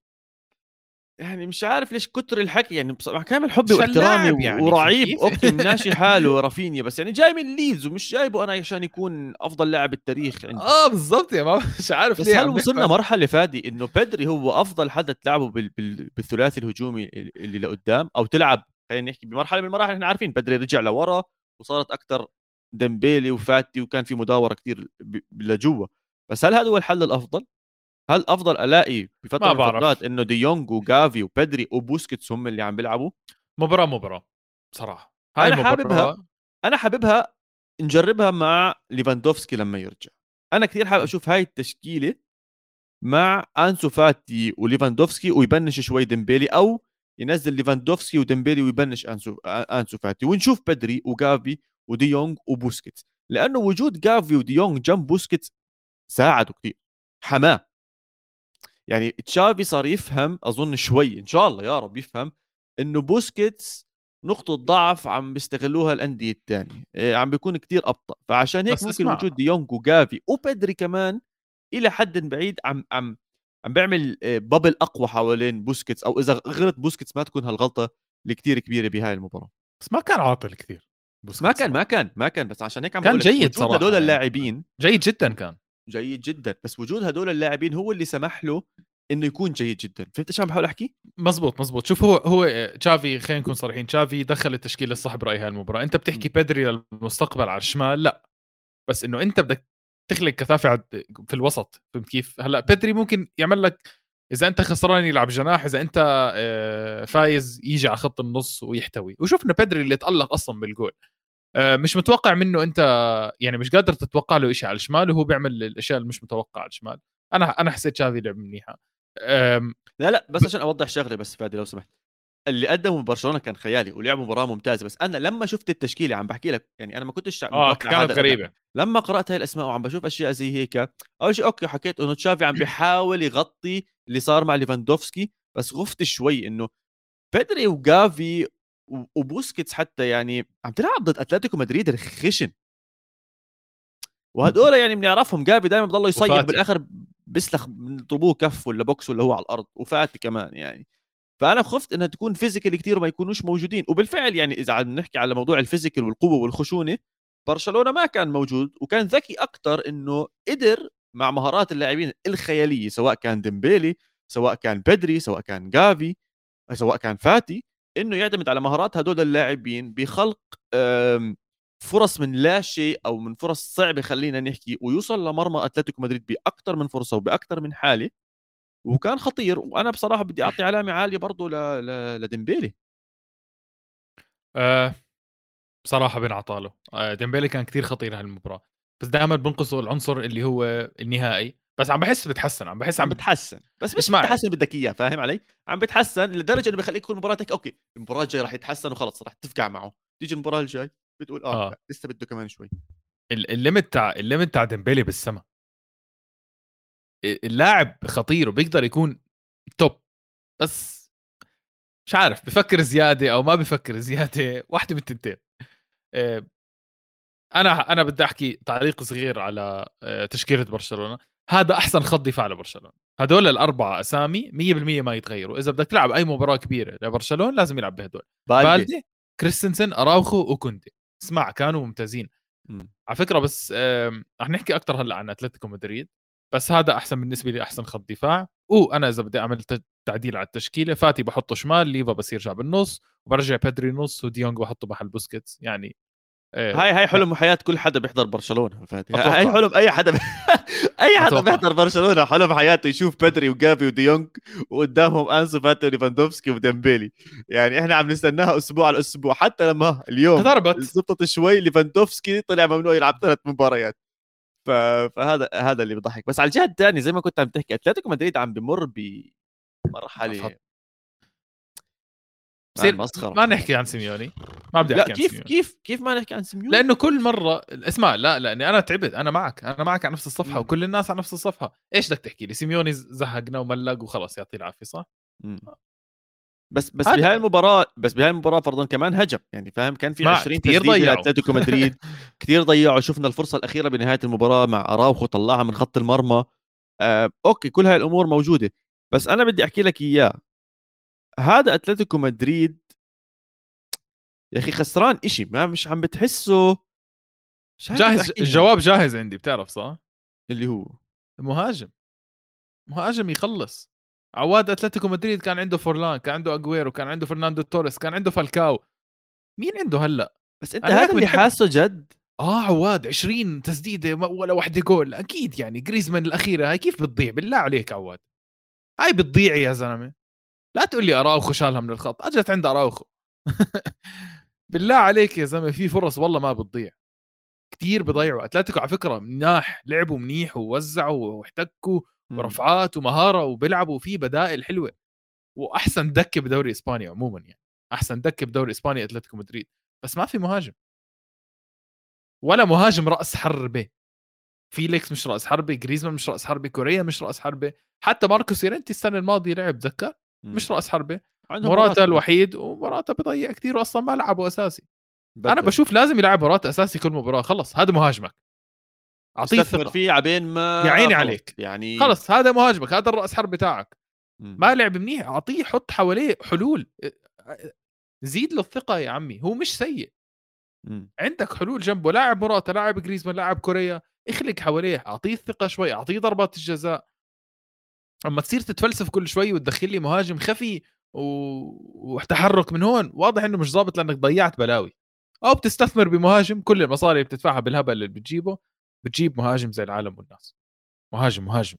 يعني مش عارف ليش كتر الحكي، يعني بصراحه كامل حبي مش واحترامي هاللاعب يعني، فهمت ورعيب كيف؟ اوكي ماشي حاله رافينيا، بس يعني جاي من ليدز ومش جايبه انا عشان يكون افضل لاعب بالتاريخ عندي. اه بالضبط يا ما مش عارف بس ليه هل عم بيحكوا وصلنا عنه. مرحله فادي انه بيدري هو افضل حدا تلعبه بال... بال... بالثلاثي الهجومي اللي لقدام، او تلعب خلينا نحكي بمرحله من المراحل احنا عارفين بيدري رجع لورا وصارت اكثر ديمبيلي وفاتي وكان في مداوره كثير ب... لجوا، بس هل هذا هو الحل الافضل؟ هل افضل الاقي بفتره ما من الفترات بعرف، انه دي يونغ وجافي وبيدري وبوسكيتس هم اللي عم بيلعبوا؟ مباراة مباراة بصراحة، هاي انا حاببها مباراة. انا حاببها نجربها مع ليفاندوفسكي لما يرجع. انا كثير حابب اشوف هاي التشكيله مع انسو فاتي وليفاندوفسكي ويبنش شوي ديمبيلي، او ينزل ليفاندوفسكي وديمبيلي ويبنش انسو انسو فاتي، ونشوف بدري وجافي ودي يونغ وبوسكيتس، لانه وجود جافي ودي يونغ جنب بوسكيتس ساعده كثير، حماه. يعني تشافي صار يفهم اظن شوي، ان شاء الله يا رب يفهم انه بوسكيتس نقطة ضعف عم بيستغلوها الأندية الثانية، إيه، عم بيكون كتير أبطأ، فعشان هيك بس ممكن اسمع، وجود ديونج وجافي وبدري كمان إلى حد بعيد عم عم عم بيعمل بابل أقوى حوالين بوسكيتس، أو إذا غلط بوسكيتس ما تكون هالغلطة الكتير كبيرة بهاي المباراة. بس ما كان عاطل كثير بس ما بوسكيتس كان ما صراحة. كان ما كان بس عشان هيك عم كان بقول لك جيد وجود هدول صراحة يعني، اللاعبين جيد جدا كان. جيد جدا، بس وجود هدول اللاعبين هو اللي سمح له انه يكون جيد جدا. فهمت ايش عم بحاول احكي؟ مزبوط مزبوط. شوف هو هو تشافي، خلينا نكون صريحين، تشافي دخل التشكيله الصح برايي هاي المباراه. انت بتحكي بيدري للمستقبل على الشمال، لا، بس انه انت بدك تخلق كثافه في الوسط، فهمت كيف؟ هلا بيدري ممكن يعمل لك، اذا انت خسران يلعب جناح، اذا انت فايز يجي على خط النص ويحتوي. وشفنا بيدري اللي تالق اصلا بالجول. مش متوقع منه انت، يعني مش قادر تتوقع له شيء على الشمال، وهو بيعمل الاشياء اللي مش متوقعه على الشمال. انا انا حسيت شافي لعب منيحه. لا لا بس عشان اوضح شغله بس فادي لو سمحت، اللي قدمه برشلونه كان خيالي ولعبوا مباراه ممتازه، بس انا لما شفت التشكيله عم بحكي لك يعني انا ما كنتش اه متوقع كانت هذا الاداء. غريبه. لما قرات هاي الاسماء وعم بشوف اشياء زي هيك، اول شيء اوكي حكيت انه تشافي عم بيحاول يغطي اللي صار مع ليفاندوفسكي، بس خفت شوي انه بيدري وجافي وبوسكيتس حتى يعني عم تلعب ضد اتلتيكو مدريد الخشن، وهدول يعني بنعرفهم، جافي دائما بضل يصيح وفاتي بالاخر بيسلخ طلبوه كف ولا بوكس ولا هو على الارض، وفاتي كمان يعني. فانا خفت انها تكون فيزيكال كثير وما يكونوش موجودين، وبالفعل يعني اذا عم نحكي على موضوع الفيزيكال والقوه والخشونه، برشلونه ما كان موجود، وكان ذكي اكثر انه قدر مع مهارات اللاعبين الخياليه، سواء كان ديمبيلي سواء كان بدري سواء كان جافي سواء كان فاتي، انه يعتمد على مهارات هدول اللاعبين بخلق فرص من لا شيء او من فرص صعبه خلينا نحكي، ويوصل لمرمى اتلتيكو مدريد باكثر من فرصه وباكثر من حاله، وكان خطير. وانا بصراحه بدي اعطي علامه عاليه برضه ل... ل... لديمبيلي. آه بصراحه بنعطى له. آه ديمبélé كان كتير خطير هالمباراه، بس دائما بنقصه العنصر اللي هو النهائي. بس عم بحس بتحسن، عم بحس عم عم بتحسن، بس مش اسمع. التحسن بدك اياه، فاهم علي؟ عم بتحسن لدرجه انه بخليك تكون مباراتك اوكي، المباراه الجايه راح يتحسن وخلص راح تفقع معه، تيجي المباراه الجاي بتقول اه اه لا لسه بده كمان شوي. ال- الليمت تاع الليمت تاع ديمبélé بالسما. اللاعب خطير وبيقدر يكون توب، بس مش عارف بفكر زياده او ما بفكر زياده، واحده من التنتين. آه انا انا بدي احكي تعليق صغير على آه تشكيله برشلونه. هذا احسن خط دفاع لبرشلونه. هدول الاربعه اسامي مية بالمية ما يتغيروا. اذا بدك تلعب اي مباراه كبيره لبرشلونه لازم يلعب بهدول: بالدي. بالدي، كريستنسن، اراوخو، وكوندي. اسمع كانوا ممتازين مم. على فكره. بس رح نحكي اكثر هلا عن اتلتيكو مدريد. بس هذا احسن بالنسبه لي، احسن خط دفاع. وانا اذا بدي اعمل تعديل على التشكيله، فاتي بحطه شمال، ليفا بس يرجع بالنص، وبرجع بيدري نص، وديونج بحطه محل بوسكيتس يعني. آه هاي هاي لا حلم وحياة كل حدا بيحضر برشلونة فاتي، هاي اتوقع حلم اي حدا ب... اي حدا اتوقع بيحضر برشلونة حلم حياته يشوف بيدري وجافي وديونج وقدامهم انسو فاتي وليفاندوفسكي وديمبيلي. يعني احنا عم نستناها اسبوع على اسبوع، حتى لما اليوم اقتربت. زبطت شوي ليفاندوفسكي طلع ممنوع يلعب ثلاث مباريات. ف... فهذا هذا اللي بضحك. بس على الجهة الثانية زي ما كنت عم تحكي، اتلتيكو مدريد عم بمر بمرحلة مان بصير مسخرة. ما نحكي عن سيميوني. ما بدي لا احكي عن كيف سيميوني كيف كيف ما نحكي عن سيميوني؟ لانه كل مره اسمع، لا لاني انا تعبت. انا معك انا معك على نفس الصفحه، مم. وكل الناس على نفس الصفحه. ايش بدك تحكي لي؟ سيميوني زهقنا وملق وخلص، يعطيه العافيه، صح؟ مم. بس بس هذا بهاي المباراه بس بهاي المباراه فرضا كمان هجم يعني فاهم كان في ما عشرين كتير تسديده ضيعوا. لاتلتيكو مدريد كثير ضيعوا. شفنا الفرصه الاخيره بنهايه المباراه مع اراوخو طلعها من خط المرمى. آه، اوكي كل هاي الامور موجوده. بس انا بدي احكي لك اياه. هذا اتلتيكو مدريد يا اخي خسران إشي ما مش عم بتحسه. مش عارف كيف جاهز، احكيها. الجواب جاهز عندي، بتعرف صح؟ اللي هو مهاجم، مهاجم يخلص. عواد اتلتيكو مدريد كان عنده فورلان، كان عنده اجويرو، كان عنده فرناندو توريس، كان عنده فالكاو. مين عنده هلا؟ بس انت انا هذا وياك اللي بنحب. حاسه جد. اه عواد عشرين تسديده ما- ولا واحده جول اكيد يعني. جريزمان الاخيره هاي كيف بتضيع؟ بالله عليك عواد، هاي بتضيع يا زلمه. لا تقول لي اراوخو شالها من الخط، اجت عند اراوخو. بالله عليك يا زلمه، في فرص والله ما بتضيع، كتير بضيعوا. اتلتيكو على فكره مناح، لعبوا منيح ووزعوا واحتكوا مم. ورفعات ومهاره وبيلعبوا في بدائل حلوه. واحسن دكه بدوري اسبانيا عموما يعني، احسن دكه بدوري اسبانيا اتلتيكو مدريد. بس ما في مهاجم، ولا مهاجم راس حربه. فيليكس مش راس حربه، جريزمان مش راس حربه، كوريا مش راس حربه، حتى ماركوس يورنتي السنه الماضيه لعب ذكر مم. مش راس حربه. عندهم موراتا مراتا بس. الوحيد، وموراتا بيضيع كثير واصلا ما لعبه اساسي. انا بدل بشوف لازم يلعب موراتا اساسي كل مباراه. خلص هذا مهاجمك، اعطيه استثمر الثقه. فيه عبين يا ما عيني خلص عليك، يعني. خلص هذا مهاجمك، هذا الراس حرب بتاعك. مم. ما لعب منيح، اعطيه، حط حواليه حلول، زيد له الثقه يا عمي. هو مش سيء، مم. عندك حلول جنبه. لاعب موراتا، لاعب جريزمان، لاعب كوريا، اخلق حواليه، اعطيه الثقه شوي، اعطيه ضربات الجزاء. اما تصير تتفلسف كل شوي وتدخل لي مهاجم خفي و... وتحرك من هون، واضح انه مش ضابط لانك ضيعت بلاوي. او بتستثمر بمهاجم، كل المصاري اللي بتدفعها بالهبل اللي بتجيبه، بتجيب مهاجم زي العالم والناس. مهاجم مهاجم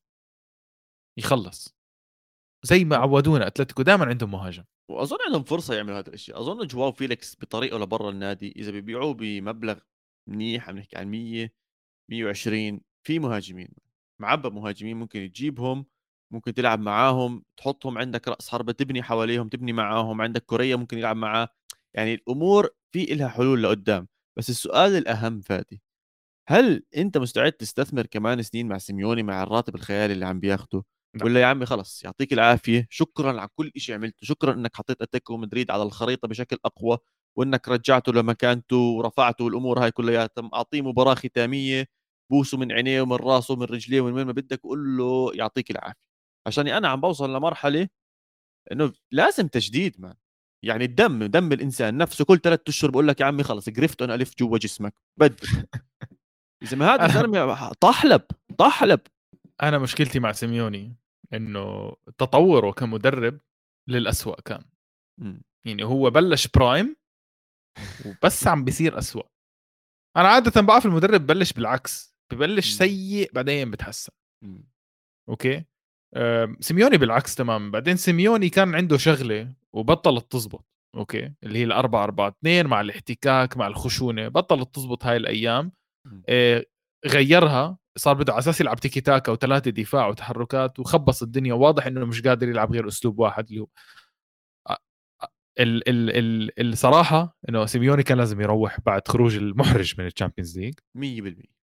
يخلص، زي ما عودونا اتلتيكو دائما عندهم مهاجم. واظن عندهم فرصه يعملوا هذا الشيء. اظن جواو فيليكس بطريقه لبرا النادي اذا بيبيعوه بمبلغ منيح عم نحكي عن مية مية وعشرين في مهاجمين معبى مهاجمين ممكن تجيبهم. ممكن تلعب معاهم تحطهم عندك راس حربة تبني حواليهم تبني معاهم. عندك كوريا ممكن يلعب معاه. يعني الامور في إلها حلول لقدام. بس السؤال الاهم فادي هل انت مستعد تستثمر كمان سنين مع سيميوني مع الراتب الخيالي اللي عم بياخده؟ لا. ولا يا عمي خلص يعطيك العافية شكرا على كل شيء عملته. شكرا انك حطيت اتلتيكو مدريد على الخريطة بشكل اقوى وانك رجعته لمكانته ورفعته والامور هاي كلياتها. اعطيه مباراة ختامية بوسه من عينيه ومن راسه ومن رجليه ومن وين ما بدك وقول له يعطيك العافية. عشان انا عم بوصل لمرحلة انه لازم تجديد مان. يعني الدم دم الانسان نفسه كل ثلاث اشهر بقول لك يا عمي خلص قرفت انا الف جوا جسمك بدل. اذا ما هذا انا الزلمه طحلب طحلب. انا مشكلتي مع سيميوني انه تطوره كمدرب للأسوأ كان. مم. يعني هو بلش برايم وبس عم بيصير أسوأ. انا عاده بعرف المدرب ببلش بالعكس، ببلش مم. سيء بعدين بتحسن. مم. اوكي. أم، سيميوني بالعكس تمام. بعدين سيميوني كان عنده شغله وبطلت تزبط، اوكي، اللي هي الأربعة أربعة اثنين مع الاحتكاك مع الخشونه، بطلت تزبط هاي الايام. مم. إيه، غيرها، صار بده على اساس يلعب تيكي تاكا وثلاثه دفاع وتحركات وخبص الدنيا. واضح انه مش قادر يلعب غير اسلوب واحد اللي هو أ- أ- ال ال ال الصراحه انه سيميوني كان لازم يروح بعد خروج المحرج من الشامبيونز ليج. مية بالمية.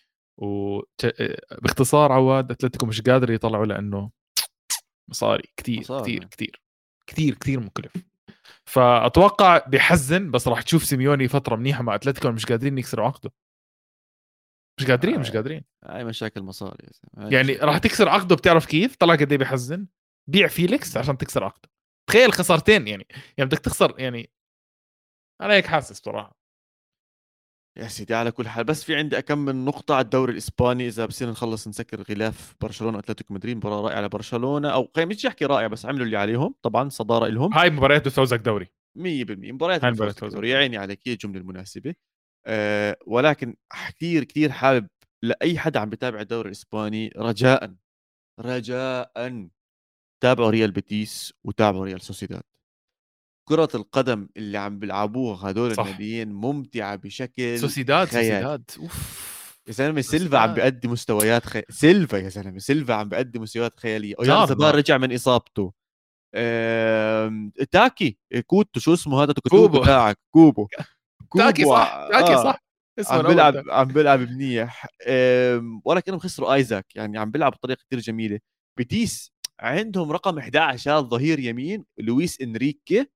وباختصار عواد اتلتيكو مش قادر يطلعوا لانه مصاري كتير مصاري كتير مان. كتير كتير كتير مكلف. فاتوقع بيحزن، بس راح تشوف سيميوني فتره منيحه مع اتلتيكو. مش قادرين يكسروا عقده، مش قادرين مش هاي قادرين. هاي مشاكل مصاري يا زلمة. هاي يعني راح مشاكل. تكسر عقده، بتعرف كيف؟ طلع قد ايه بيحزن. بيع فيليكس عشان تكسر عقده. تخيل خسارتين يعني، يعني بدك تخسر يعني. انا هيك حاسس بصراحه. يا سيدي على كل حال بس في عندي أكم من نقطة على الدوري الإسباني إذا بصير نخلص نسكر غلاف برشلونة وأتلتيكو مدريد. مباراة رائعة لبرشلونة أو خلينا مش أحكي رائعة بس عملوا اللي عليهم طبعا صدارة إلهم. هاي مباريات فوزك دوري. مية بالمية مباريات هاي بفوز مباريات فوزك الدوري يا دوري. عيني عليك هي الجملة المناسبة. أه ولكن كثير كثير حابب لأي حدا عم بتابع الدوري الإسباني رجاء رجاء تابعوا ريال بيتيس وتابعوا ريال سوسيداد. كرة القدم اللي عم بيلعبوها هدول صح. الناديين ممتعة بشكل سوسيداد خيالي. سوسيداد اوف. يا زلمة سيلفا عم سوسيداد بيقدم مستويات خي... سيلفا يا زلمة سيلفا عم بيقدم مستويات خيالية. ويار نار زبال نار. رجع من إصابته. أم... تاكي كوتو شو اسمه هذا توكوتوكو كوبو. تاعك كوبو. تاكي كوبو صح، تاكي اه صح، اسمه عم الاول بيلعب تاكي. عم بيلعب منيح. أم... ولكنهم خسروا ايزاك يعني عم بيلعب بطريقة كثير جميلة. بيتيس عندهم رقم إحدى عشر ظهير يمين لويس انريكي.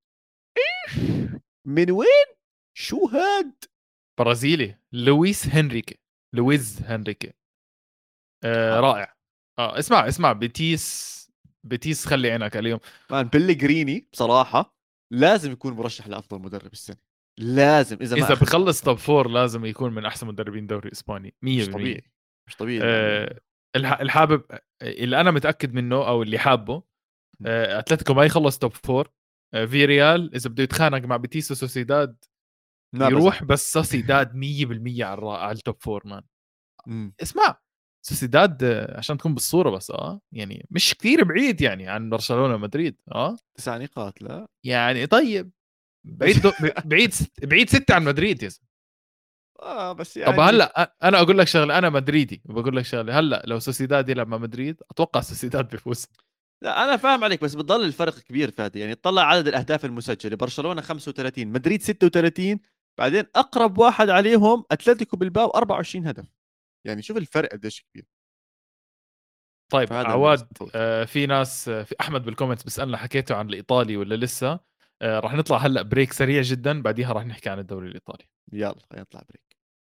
من وين؟ شو هاد؟ برازيلي لويس هنريكي. لويز هنريكي. آه حاضر. رائع. اه اسمع اسمع بيتيس. بيتيس خلي عينك عليهم. مان بيليغريني بصراحة لازم يكون مرشح لأفضل مدرب السنة، لازم إذا ما اذا أخذ. بخلص توب فور لازم يكون من احسن مدربين دوري اسباني مية مش بالمية. طبيعي، مش طبيعي اللي عمله. آه الح- الحابب اللي انا متاكد منه او اللي حابه آه اتلتيكو ما يخلص توب فور. آه في ريال اذا بده يتخانق مع بيتيس وسوسيداد ما بزعل. يروح، بس سوسيداد مية بالمية على الرا- على التوب فور مان. مم. اسمع سوسيداد آه، عشان تكون بالصوره بس اه يعني مش كثير بعيد يعني عن برشلونه ومدريد اه تسع نقاط لا. يعني طيب بعيد دو... بعيد ست... بعيد ستة عن مدريد يا زلمة. آه بس طب يعني. هلا أ- انا اقول لك شغله، انا مدريدي وبقول لك شغله، هلا لو سوسيداد يلعب مع مدريد اتوقع سوسيداد بيفوز. لا انا فاهم عليك، بس بتضل الفرق كبير فادي. يعني طلع عدد الاهداف المسجله، برشلونه خمسة وثلاثين، مدريد ستة وثلاثين، بعدين اقرب واحد عليهم اتلتيكو بالباو أربعة وعشرين هدف. يعني شوف الفرق قديش كبير. طيب فهذا اللي عواد مستخوف. آه في ناس آه في احمد بالكومنتس بيسالنا حكيتوا عن الايطالي ولا لسه. آه راح نطلع هلا بريك سريع جدا، بعديها راح نحكي عن الدوري الايطالي. يلا خلينا نطلع بريك.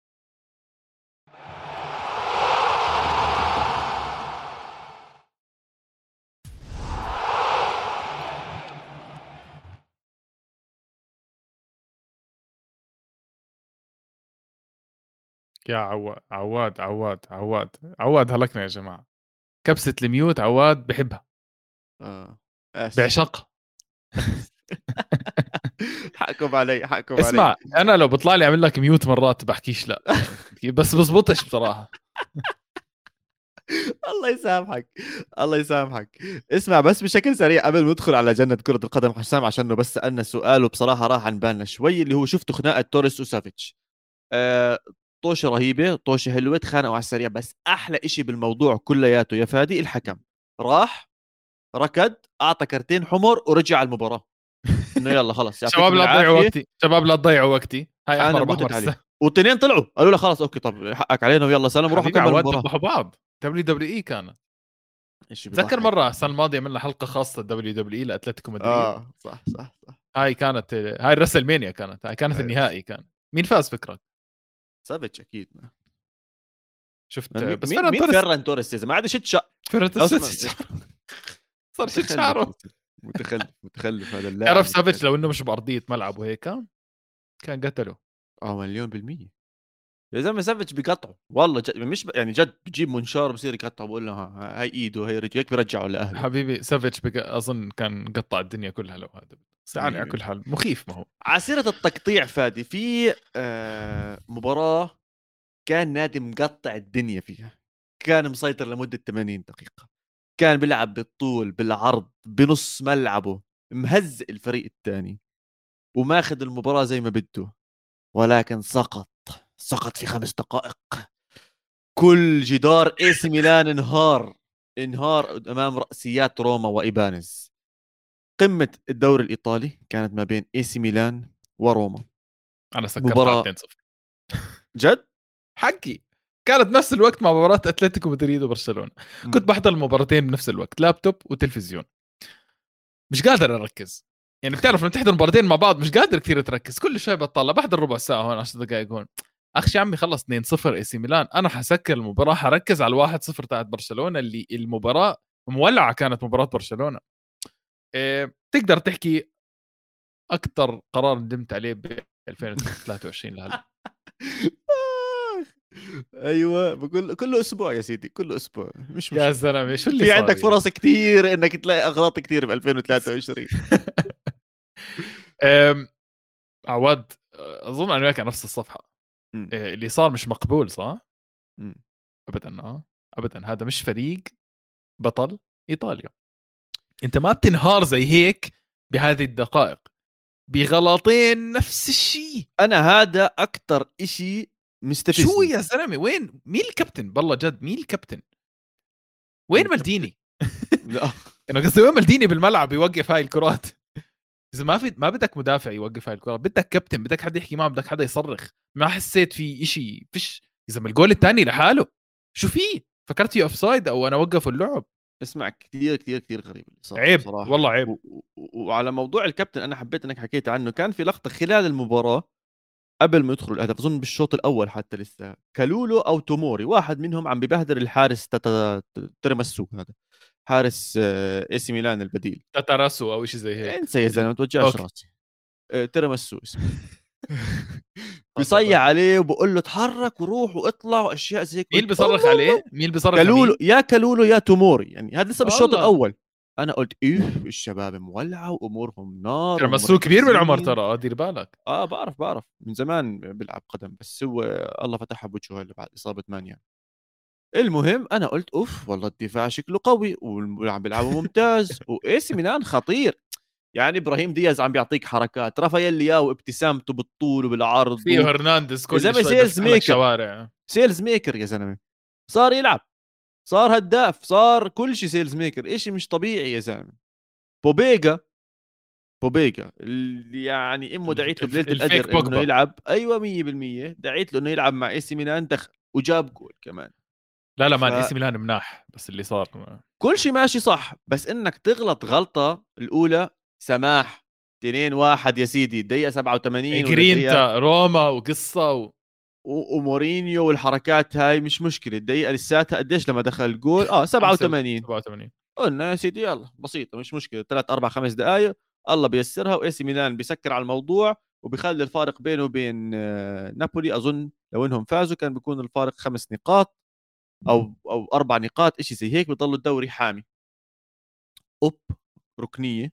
يا عواد عواد عواد عواد عواد هلكنا يا جماعه. كبسه الميوت عواد بحبها اه اسف. بعشقها. حقكم علي، حقكم علي. اسمع انا لو بطلع لي اعمل لك ميوت مرات بحكيش لا بس بزبطش بصراحه. الله يسامحك، الله يسامحك. اسمع بس بشكل سريع قبل ما ندخل على جنة كرة القدم حسام، عشانه بس سألنا سؤال وبصراحة راح عن بالنا شوي، اللي هو شفتوا خناقة توريس وسافيتش. آه، طوشة رهيبة، طوشة حلوة، تخانقوا على السريع، بس أحلى إشي بالموضوع كلياته يا فادي الحكم راح ركض أعطى كرتين حمر ورجع على المباراة. إنه يلا خلص شباب يعطيكم لا تضيعوا العافية. وقتي، شباب لا تضيعوا وقتي، هاي أنا احمر باحمر متت السهم. عليه والتنين طلعوا قالوا له خلاص أوكي طب حقك علينا ويلا سلام، روحوا حبيبي كمل عواد المباراة. بيذبحوا بعض. دبليو دبليو اي كانت. إشي تذكر بيضحك. مره السنه الماضيه عملنا حلقه خاصه دبليو دبليو اي لاتلتيكو مدريد. آه صح صح صح. هاي كانت هاي الرسل مانيا كانت، هاي كانت أيوة. النهائي كان. مين فاز فكرك؟ سافيتش أكيد. شفت مين بس مين فيران مين توريس. فيران توريس يا زلمه؟ ما عاد شت شعر. فيران اصلا توريس صار شد متخلف شعره. متخلف متخلف هذا اللاعب تعرف سافيتش متخلف. لو انه مش بارضيه ملعب وهيك كان قتله. اه مليون بالمية. يا زلمه سافيتش بيقطعه والله جد، مش ب... يعني جد بجيب منشار بصير يقطعه، بقول له ها هاي ايده هاي رجله، هيك بيرجعه لاهله. حبيبي سافيتش بقى اظن كان قطع الدنيا كلها لو هذا. بس يعني على مية بالمية. كل حال مخيف ما هو. عسيرة التقطيع فادي في آه مباراة كان نادي مقطع الدنيا فيها، كان مسيطر لمدة ثمانين دقيقة، كان بيلعب بالطول بالعرض بنص ملعبه، مهزئ الفريق الثاني وماخذ المباراة زي ما بده، ولكن سقط سقط في خمس دقائق. كل جدار اي سي ميلان انهار، انهار امام رأسيات روما وايبانيز. قمة الدوري الايطالي كانت ما بين اي سي ميلان وروما. انا سكرت على مباراة اثنين صفر. جد. حقي كانت نفس الوقت مع مباراة اتلتيكو مدريد وبرشلونة. كنت مم. بحضر المباراتين بنفس الوقت، لابتوب وتلفزيون. مش قادر اركز. يعني بتعرف لما تحضر مباراتين مع بعض مش قادر كثير تركز، كل شوي بطلع بحضر ربع ساعة هون عشر دقائق هون. اخشى عمي خلص اثنين صفر اي سي ميلان، انا حسكر المباراة حركز على الواحد صفر تاعت برشلونة اللي المباراة مولعة كانت مباراة برشلونة. إيه تقدر تحكي اكثر قرار ندمت عليه ب ألفين وثلاثة وعشرين لهلا. ايوه بقول كل اسبوع يا سيدي، كل اسبوع مش يا مشكله. زلمه شو اللي في صار عندك يعني؟ فرص كثير انك تلاقي اغلاط كثير ب ألفين وثلاثة وعشرين. أم، عواد اظن انا وياك على نفس الصفحه. مم. إيه، اللي صار مش مقبول صح؟ مم. ابدا اه ابدا هذا مش فريق بطل ايطاليا. انت ما بتنهار زي هيك بهذه الدقائق بغلطين نفس الشيء. انا هذا اكثر إشي شو مستفزني. يا زلمه وين مين الكابتن؟ بالله جد مين الكابتن؟ وين مين كابتن؟ مالديني؟ لا انا قصدي وين مالديني بالملعب يوقف هاي الكرات؟ اذا ما في ما بدك مدافع يوقف هاي الكرات، بدك كابتن، بدك حدا يحكي معه، بدك حدا يصرخ. ما حسيت في إشي فيش. اذا ما الجول الثاني لحاله شو فيه؟ فكرت في اوف سايد او انا وقفوا اللعب. اسمع كثير كثير كثير غريب اللي صار عيب بصراحه. والله عيب. و... و... وعلى موضوع الكابتن انا حبيت انك حكيت عنه. كان في لقطه خلال المباراه قبل ما يدخلوا الاهداف، اظن بالشوط الاول حتى لسه، كالولو او توموري واحد منهم عم ببهدل الحارس تاتا ترمسو، هذا حارس آه، اي سي ميلان البديل. تترسو او شيء زي هيك. انسى يا زلمه ما توجعش اوكي. راسي. آه، ترمسو اسمه. بيصيح تفضل. عليه وبقول له اتحرك وروح واطلع واشياء زي هيك. مين قلت اللي بيصرخ عليه؟ مين اللي بيصرخ على كالولو، مين؟ يا كالولو يا توموري، يعني هذا لسه بالشوط الله. الاول. انا قلت ايه الشباب مولعه وامورهم نار ترمسو كبير بالعمر ومركزين. ترى، اه دير بالك. اه بعرف بعرف من زمان بيلعب قدم، بس هو الله فتحها بوجهه هلا بعد اصابه مانيا. المهم انا قلت اوف والله الدفاع شكله قوي وعم بيلعبوا ممتاز واي سي ميلان خطير. يعني ابراهيم دياز عم بيعطيك حركات، رافائيل لياو ابتسامته بالطول وبالعرض فيه و... هرنانديز يا كل زلمه شوي سيلز بفتح لك ميكر، شوارع. سيلز ميكر يا زلمه. صار يلعب، صار هداف، صار كل شيء سيلز ميكر، إشي مش طبيعي يا زلمه. بوبيجا، بوبيجا اللي يعني امه الف... دعيت له الف... بليله الفيك القدر انه بوجبا. يلعب، ايوه مية بالمية دعيت له انه يلعب مع اي سي ميلان، دخل وجاب جول كمان. لا لا مان، اسم فكل ميلان مناح، بس اللي صار شيء ماشي صح، بس انك تغلط غلطه الاولى سماح اثنين واحد يا سيدي الدقيقه سبعة وثمانين ولا الدقيقه جرينتا روما وقصه و... و- ومورينيو والحركات هاي مش مشكله. الدقيقه لساتها قديش لما دخل الجول؟ اه خمسة سبعة وثمانين. سبعة وثمانين. قلنا يا سيدي يلا بسيطه مش مشكله، ثلاث اربع خمس دقائق الله بيسرها، واي سي ميلان بيسكر على الموضوع وبيخلي الفارق بينه وبين آه، نابولي. اظن لو انهم فازوا كان بيكون الفارق خمس نقاط او او اربع نقاط، شيء زي هيك، بضل الدوري حامي. اوب، ركنيه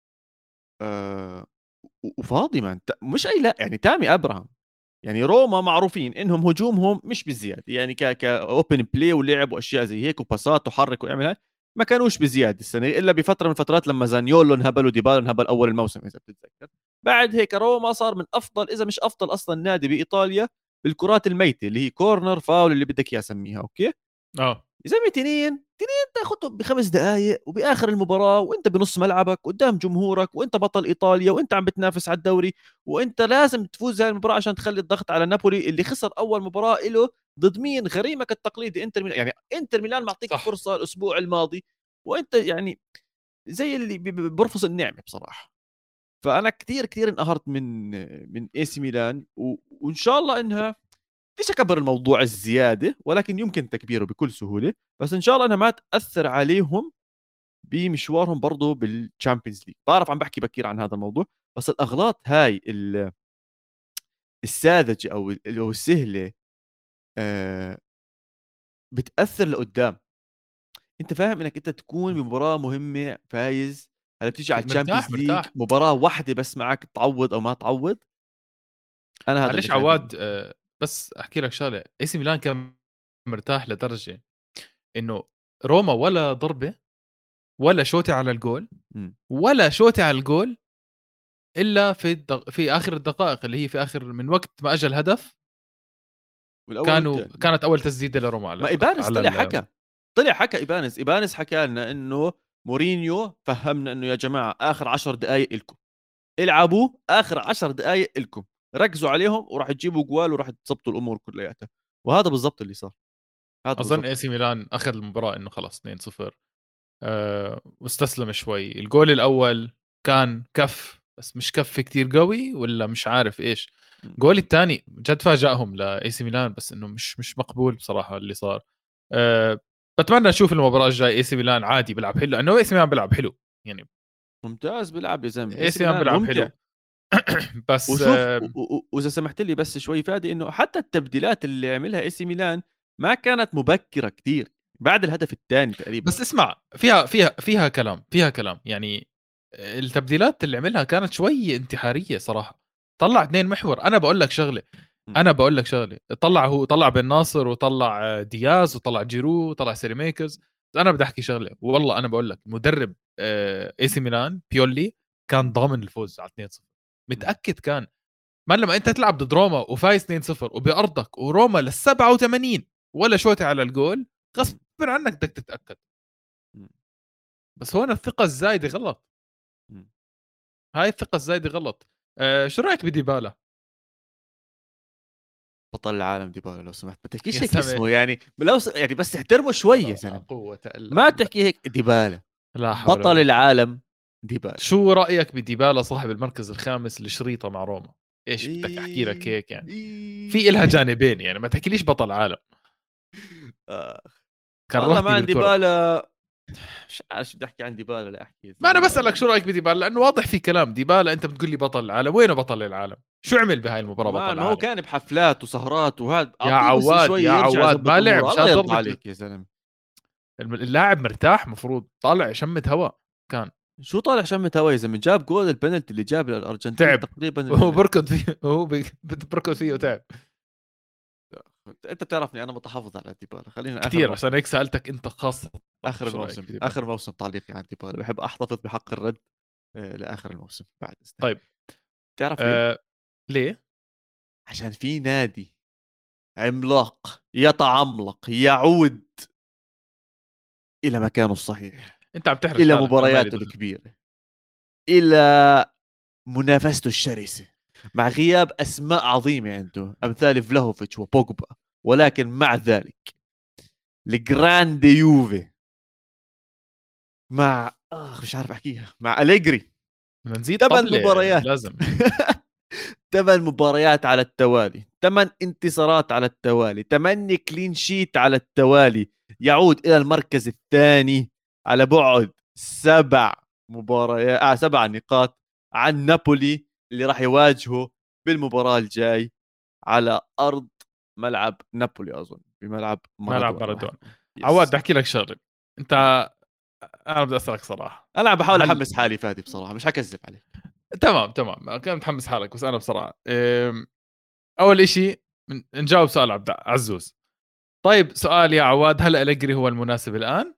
آه و- وفاضي مان، ت- مش اي لا يعني تامي ابراهام. يعني روما معروفين انهم هجومهم مش بزياده، يعني ك ك اوبن بلاي ولعب واشياء زي هيك وباسات وحرك ويعمل هاي، ما كانوش بزياده السنه الا بفتره من الفترات لما زانيولو انهبل وديبالا انهبل اول الموسم اذا بتتذكر. بعد هيك روما صار من افضل اذا مش افضل اصلا نادي بايطاليا بالكرات الميته اللي هي كورنر فاول اللي بدك اياه سميها اوكي. اه يا زلمه تنين تنين تاخذهم بخمس دقائق وباخر المباراه وانت بنص ملعبك قدام جمهورك وانت بطل ايطاليا وانت عم بتنافس على الدوري، وانت لازم تفوز هاي المباراه عشان تخلي الضغط على نابولي اللي خسر اول مباراه له ضد مين؟ غريمك التقليدي انتر ميلان. يعني انتر ميلان معطيك صح. فرصه الاسبوع الماضي وانت يعني زي اللي بي- بي- بيرفض النعمه بصراحه. فانا كثير كثير انقهرت من من اي سي ميلان و... وان شاء الله انها ليش اكبر الموضوع الزياده، ولكن يمكن تكبيره بكل سهوله، بس ان شاء الله انها ما تاثر عليهم بمشوارهم برضه بالتشامبيونز ليج. بعرف عم بحكي بكير عن هذا الموضوع، بس الاغلاط هاي ال- الساذجه او ال- او السهله آه، بتاثر لقدام. انت فاهم انك انت تكون بمباراه مهمه فايز، هلا بتيجي على مرتاح التشامبيونز ليج مرتاح. مباراه واحده بس معك تعوض او ما تعوض. انا هذا اللي معلش خايف منه. عواد، آه، بس احكي لك شغله، اي سي ميلان كان مرتاح لدرجه انه روما ولا ضربه ولا شوطه على الجول مم. ولا شوطه على الجول الا في الدق... في اخر الدقائق اللي هي في اخر من وقت ما اجى الهدف. والاول كانوا والثاني. كانت اول تسديده لروما على ما ال... ايبانس على طلع ال... حكى، طلع حكى ايبانس ايبانس حكى لنا انه مورينيو فهمنا انه يا جماعه اخر عشر دقائق لكم، العبوا اخر عشر دقائق لكم، ركزوا عليهم وراح تجيبوا جوال وراح تظبطوا الامور كلياتها. وهذا بالضبط اللي صار، هذا اظن بالضبط اي اللي سي صار. ميلان اخذ المباراه انه خلاص اثنين صفر. أه واستسلم شوي. الجول الاول كان كف، بس مش كف كتير قوي ولا مش عارف ايش. م. الجول الثاني جد فاجأهم لاي سي ميلان، بس انه مش مش مقبول بصراحه اللي صار. أه بتمنى اشوف المباراه الجايه اي سي ميلان عادي بيلعب حلو، لانه اي سي ميلان بيلعب حلو يعني. ممتاز بيلعب يا زلمه، اي اي سي سي ميلان ميلان بيلعب ممتع. حلو. بس وشوف و- أه و- و- واذا سمحت لي بس شوي فادي، انه حتى التبديلات اللي عملها اي سي ميلان ما كانت مبكره كثير بعد الهدف الثاني تقريبا. بس اسمع، فيها فيها فيها كلام فيها كلام يعني. التبديلات اللي عملها كانت شوي انتحاريه صراحه. طلع اثنين محور. انا بقول لك شغله م. انا بقول لك شغله طلع هو طلع بن ناصر وطلع دياز وطلع جيرو وطلع سيريميكز. انا بدي احكي شغله والله، انا بقول لك مدرب اي سي ميلان بيولي كان ضامن الفوز على اثنين صفر. م. متاكد كان. ما لما انت تلعب ضد روما وفايز اثنين صفر وبارضك وروما لل سبعة وثمانين ولا شوطه على الجول، غصب عنك بدك تتاكد. م. بس هون الثقه الزايده غلط. م. هاي الثقه الزايده غلط. أه شو رايك بديبالا؟ بطل العالم ديبالا لو سمحت، ما تحكيش يا هيك سلام. اسمه يعني، لو س... يعني بس احترمه شوي يا لا زلمه، قوة إلا ما بالله. تحكي هيك ديبالا. لا حول بطل ولا قوة. العالم ديبالا. شو رأيك بديبالا صاحب المركز الخامس الشريطة مع روما؟ ايش بدك احكي لك إيه... هيك يعني؟ في إيه... إلها جانبين يعني، ما تحكيليش بطل عالم. آه. والله ما كرهتني عندي بالكرة. بالا، مش عارف شو بدي احكي عن ديبالا لا احكي يا ما انا زلمه بسألك يعني. شو رأيك بديبالا، لانه واضح في كلام ديبالا، انت بتقول لي بطل العالم، وينه بطل العالم؟ شو عمل بهاي المباراة بطل ما ما هو العالم؟ كان بحفلات وسهرات وهذا، يا اعطيه بس عواد شوي يا يرجع عواد ما يظبط لعب، اموره، الله شاد يرضى ضربة. عليك يا زلمه. اللاعب مرتاح، مفروض طالع شمة هواء كان. شو طالع شمة هوا يا زلمه؟ جاب جول البنالتي اللي جاب للارجنتين تعب. تقريبا وهو ال... بركض فيه، وهو بي- بركض فيه وتعب انت بتعرفني انا متحفظ على ديبالا، خلينا اخر كثير، عشان موسم. هيك سألتك انت خاصة. اخر شو رأيك الموسم بديبالا؟ اخر موسم تعليقي عن ديبالا، بحب احتفظ بحق الرد آه، لاخر الموسم بعد اذنك. طيب. تعرف ليه؟ آه ليه؟ عشان في نادي عملاق يتعملق يعود الى مكانه الصحيح، انت عم تحرج الى حالك كرمالي مبارياته ضد. الكبيره، الى منافسته الشرسه، مع غياب اسماء عظيمه عنده امثال فلاهوفيتش وبوجبا، ولكن مع ذلك الجراند يوفي مع اخ مش عارف احكيها، مع أليجري بدنا نزيد ثمان طبلة مباريات لازم. ثمان مباريات على التوالي، ثمان انتصارات على التوالي، ثمان كلين شيت على التوالي، يعود الى المركز الثاني على بعد سبع مباريات آه سبع نقاط عن نابولي اللي راح يواجهه بالمباراة الجاي على أرض ملعب نابولي، أظن بملعب ملعب مارادونا راح مارادونا. يكون. عواد يس. بدي احكي لك شغله. انت، انا بدي اسالك صراحه. أنا عم بحاول هل أحمس حالي فادي بصراحة، مش حكذب عليك. تمام تمام كان متحمس حالك، بس انا بصراحه أم، اول إشي من- نجاوب سؤال عبد عزوز. طيب سؤال يا عواد، هل أليجري هو المناسب الان؟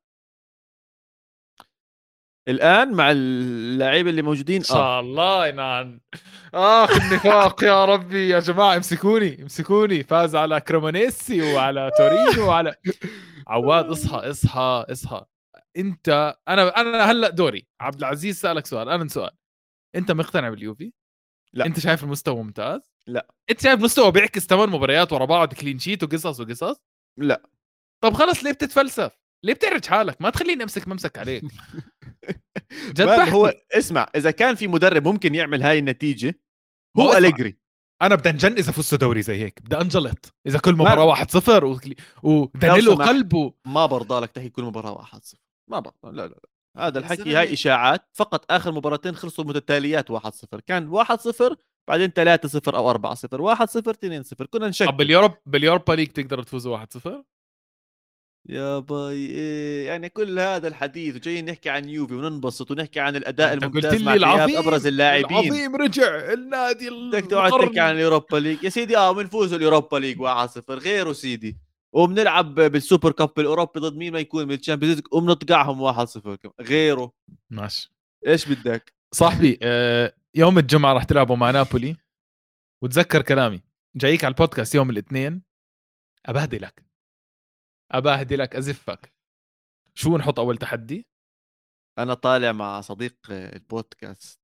الآن مع اللعيبة اللي ان موجودين آه شاء الله ينان. اخ النفاق يا ربي يا جماعه، امسكوني امسكوني. فاز على كرومونيسي وعلى تورينو وعلى. عواد اصحى اصحى اصحى. انت، انا انا هلا دوري. عبد العزيز سالك سؤال، انا سؤال. انت مقتنع باليوفي؟ لا انت شايف المستوى ممتاز؟ لا انت شايف مستوى بيعكس ثمان مباريات ورا بعض كلين شيت وقصص وقصص؟ لا طب خلص، ليه بتتفلسف؟ ليه بتعرج حالك؟ ما تخليني امسك ممسك عليك. جد ما هو بحكي. اسمع، إذا كان في مدرب ممكن يعمل هاي النتيجة ما هو هو اسمع، أليجري. انا بدي انجن اذا فزت دوري زي هيك، بدي انجلط اذا كل مباراه ما واحد صفر و... لو ودانيلو سمحت قلبه. ما برضى لك تحكي كل مباراة واحد صفر، ما برضى، لا لا لا، هذا يا الحكي هاي زلمه. إشاعات فقط. آخر مباراتين خلصوا متتاليات واحد صفر، كان واحد صفر بعدين ثلاثة صفر أو أربعة صفر، واحد صفر اثنين صفر، كنا طب نشكل. باليوروب باليوروبا ليج تقدر تفوز واحد صفر؟ يا باي إيه يعني كل هذا الحديث وجايين نحكي عن يوفي وننبسط ونحكي عن ما الأداء انت قلت الممتاز لي مع غياب أبرز العظيم اللاعبين، العظيم رجع النادي بدك تقعد تحكي عن القرن. اليوروبا ليج يا سيدي. اه بنفوز اليوروبا ليج واحد صفر غيره سيدي، وبنلعب بالسوبر كاب الاوروبي ضد مين ما يكون من الشامبيونز ليج وبنطقعهم واحد صفر غيره. ماشي ايش بدك؟ صاحبي. آه، يوم الجمعه راح تلعبوا مع نابولي، وتذكر كلامي. جايك على البودكاست يوم الاثنين، ابهدلك ابهدلك ازفك. شو نحط اول تحدي؟ انا طالع مع صديق البودكاست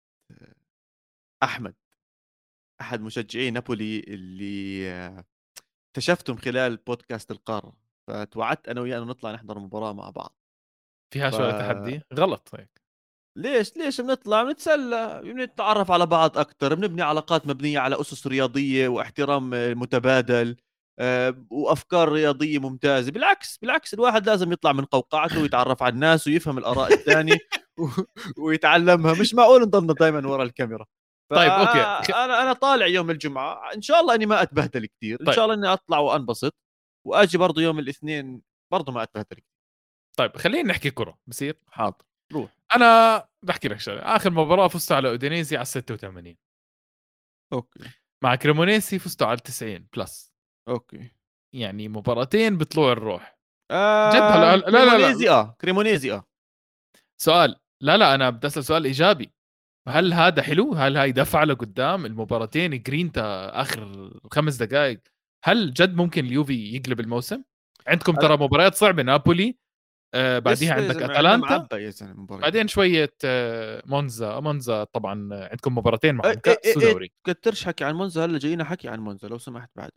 احمد، احد مشجعي نابولي اللي اكتشفته من خلال بودكاست القاره، فتوعدت انا وياه انه نطلع نحضر مباراه مع بعض. فيها ف شويه تحدي غلط هيك. ليش ليش بنطلع بنتسلى، بنتعرف على بعض اكثر، بنبني علاقات مبنيه على اسس رياضيه واحترام متبادل، آه، وافكار رياضيه ممتازه. بالعكس بالعكس، الواحد لازم يطلع من قوقعته ويتعرف على الناس ويفهم الاراء الثانيه و... ويتعلمها. مش معقول نضلنا دائما ورا الكاميرا. طيب اوكي خ... فانا انا طالع يوم الجمعه ان شاء الله اني ما اتبهدل كثير، ان طيب شاء الله اني اطلع وانبسط، واجي برضه يوم الاثنين برضه ما اتبهدل كثير. طيب خلينا نحكي كره بصير. حاضر روح. انا بحكي لك شغله. اخر مباراه فزت على اودينيزي على ستة وثمانين، اوكي مع كريمونيسي فزتوا على تسعين بلس. اوكي يعني مباراتين بطلوع الروح. جد آه هلا لا لا لا كريمونيزي اه كريمونيزي اه سؤال. لا لا انا بدي اسال سؤال ايجابي. هل هذا حلو؟ هل هاي دفعه لقدام المباراتين جرينتا اخر خمس دقائق؟ هل جد ممكن اليوفي يقلب الموسم؟ عندكم ترى هلا مباريات صعبه، نابولي آه، بعديها لسه يا عندك زلمه عندنا اتلانتا، معبى يا زلمه مباريات. بعدين شويه آه، مونزا مونزا طبعا. آه، عندكم مباراتين معهم ايه ايه كاس ايه ايه ودوري. كترش حكي عن مونزا، هلا جاينا حكي عن مونزا لو سمحت بعد اذنك.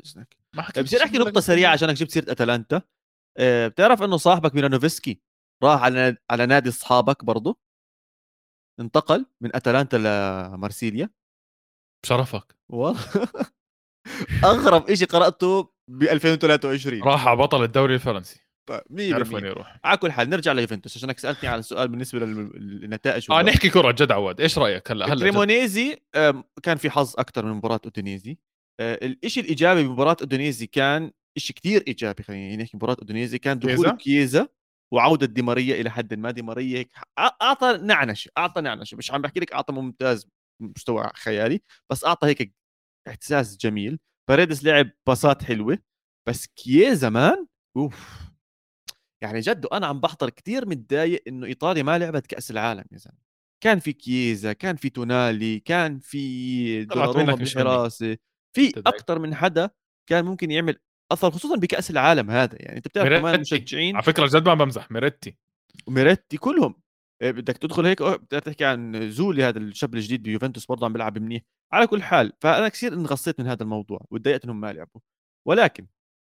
ما بصير حكيتش احكي إنه نقطه لغاية سريعه اليوم. عشانك جبت سيره اتلانتا. أه بتعرف انه صاحبك ميلانوفسكي راح على على نادي اصحابك برضه، انتقل من اتلانتا لمارسيليا. بشرفك. والله اغرب شيء قراته ب ألفين وثلاثة وعشرين. راح على بطل الدوري الفرنسي. طيب يعرف مية بالمية. وين يروح. على كل حال نرجع ليوفنتوس عشانك سالتني على السؤال بالنسبه للنتائج اه واللعب. نحكي كرة جد عواد، ايش رايك هلا هلا جد؟ كريمونيزي آم، كان في حظ اكثر من مباراه اودينيزي. آه، الشيء الايجابي بمباراه اودينيزي كان شيء كثير ايجابي، خلينا نحكي مباراه اودينيزي كان دخول كيزا. كييزا وعوده دي ماريا الى حد ما. دي ماريا هيك اعطى نعنشه، اعطى نعنشه، مش عم بحكي لك اعطى ممتاز مستوى خيالي، بس اعطى هيك احساس جميل. باريدس لعب باصات حلوه، بس كييزا مان اوف. يعني جد انا عم بحضر كثير متضايق انه ايطاليا ما لعبت كاس العالم يا زلمه. كان في كييزا، كان في تونالي، كان في طلعت دوناروما منك مش مني. بالحراسه، في تدعي. اكثر من حدا كان ممكن يعمل اثر، خصوصا بكاس العالم هذا. يعني انت بتعرف كمان ميريتي مشجعين على فكرة جد ما بمزح، ميريتي. وميريتي كلهم. إيه، بدك تدخل هيك أوه، بدك تحكي عن زولي هذا الشاب الجديد بيوفنتوس برضه عم بيلعب منيح. على كل حال فانا كثير انغصيت من هذا الموضوع وتضايقت انهم ما لعبوا. ولكن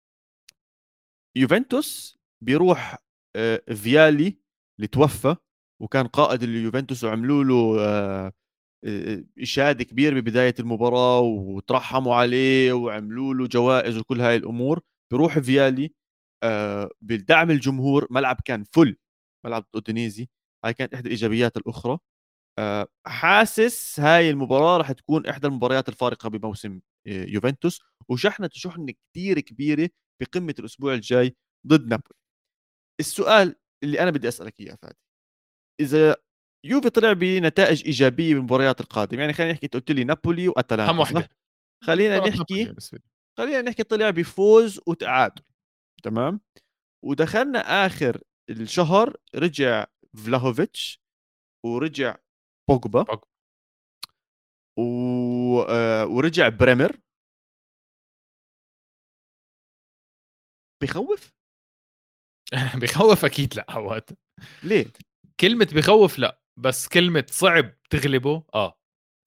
يوفنتوس بيروح آه، فيالي اللي توفى وكان قائد اليوفنتوس، وعملوا له آه، آه، إشادة كبير ببداية المباراة وترحموا عليه وعملوا له جوائز وكل هاي الأمور. بيروح فيالي آه، بدعم الجمهور، ملعب كان فل، ملعب اودينيزي. هاي كانت إحدى الإيجابيات الأخرى. آه، حاسس هاي المباراة راح تكون إحدى المباريات الفارقة بموسم آه، يوفنتوس، وشحنة شحنة كتير كبيرة بقمة الأسبوع الجاي ضد نابولي. السؤال اللي أنا بدي أسألك إياه فادي، إذا يوفي طلع بنتائج إيجابية بالمباريات القادمة، يعني خلينا نحكي، أنت قلت لي نابولي اهم وأتلانتا صح؟ وحدة خلينا مباراة نابولي نحكي بالنسبة لي. خلينا نحكي طلع بفوز وتعادل، تمام. ودخلنا آخر الشهر رجع فلاهوفيتش ورجع بوجبا باك- و... آه، ورجع بريمر. بخوف. بخوف اكيد لا عواد. ليه؟ كلمة بخوف لا، بس كلمة صعب تغلبه اه.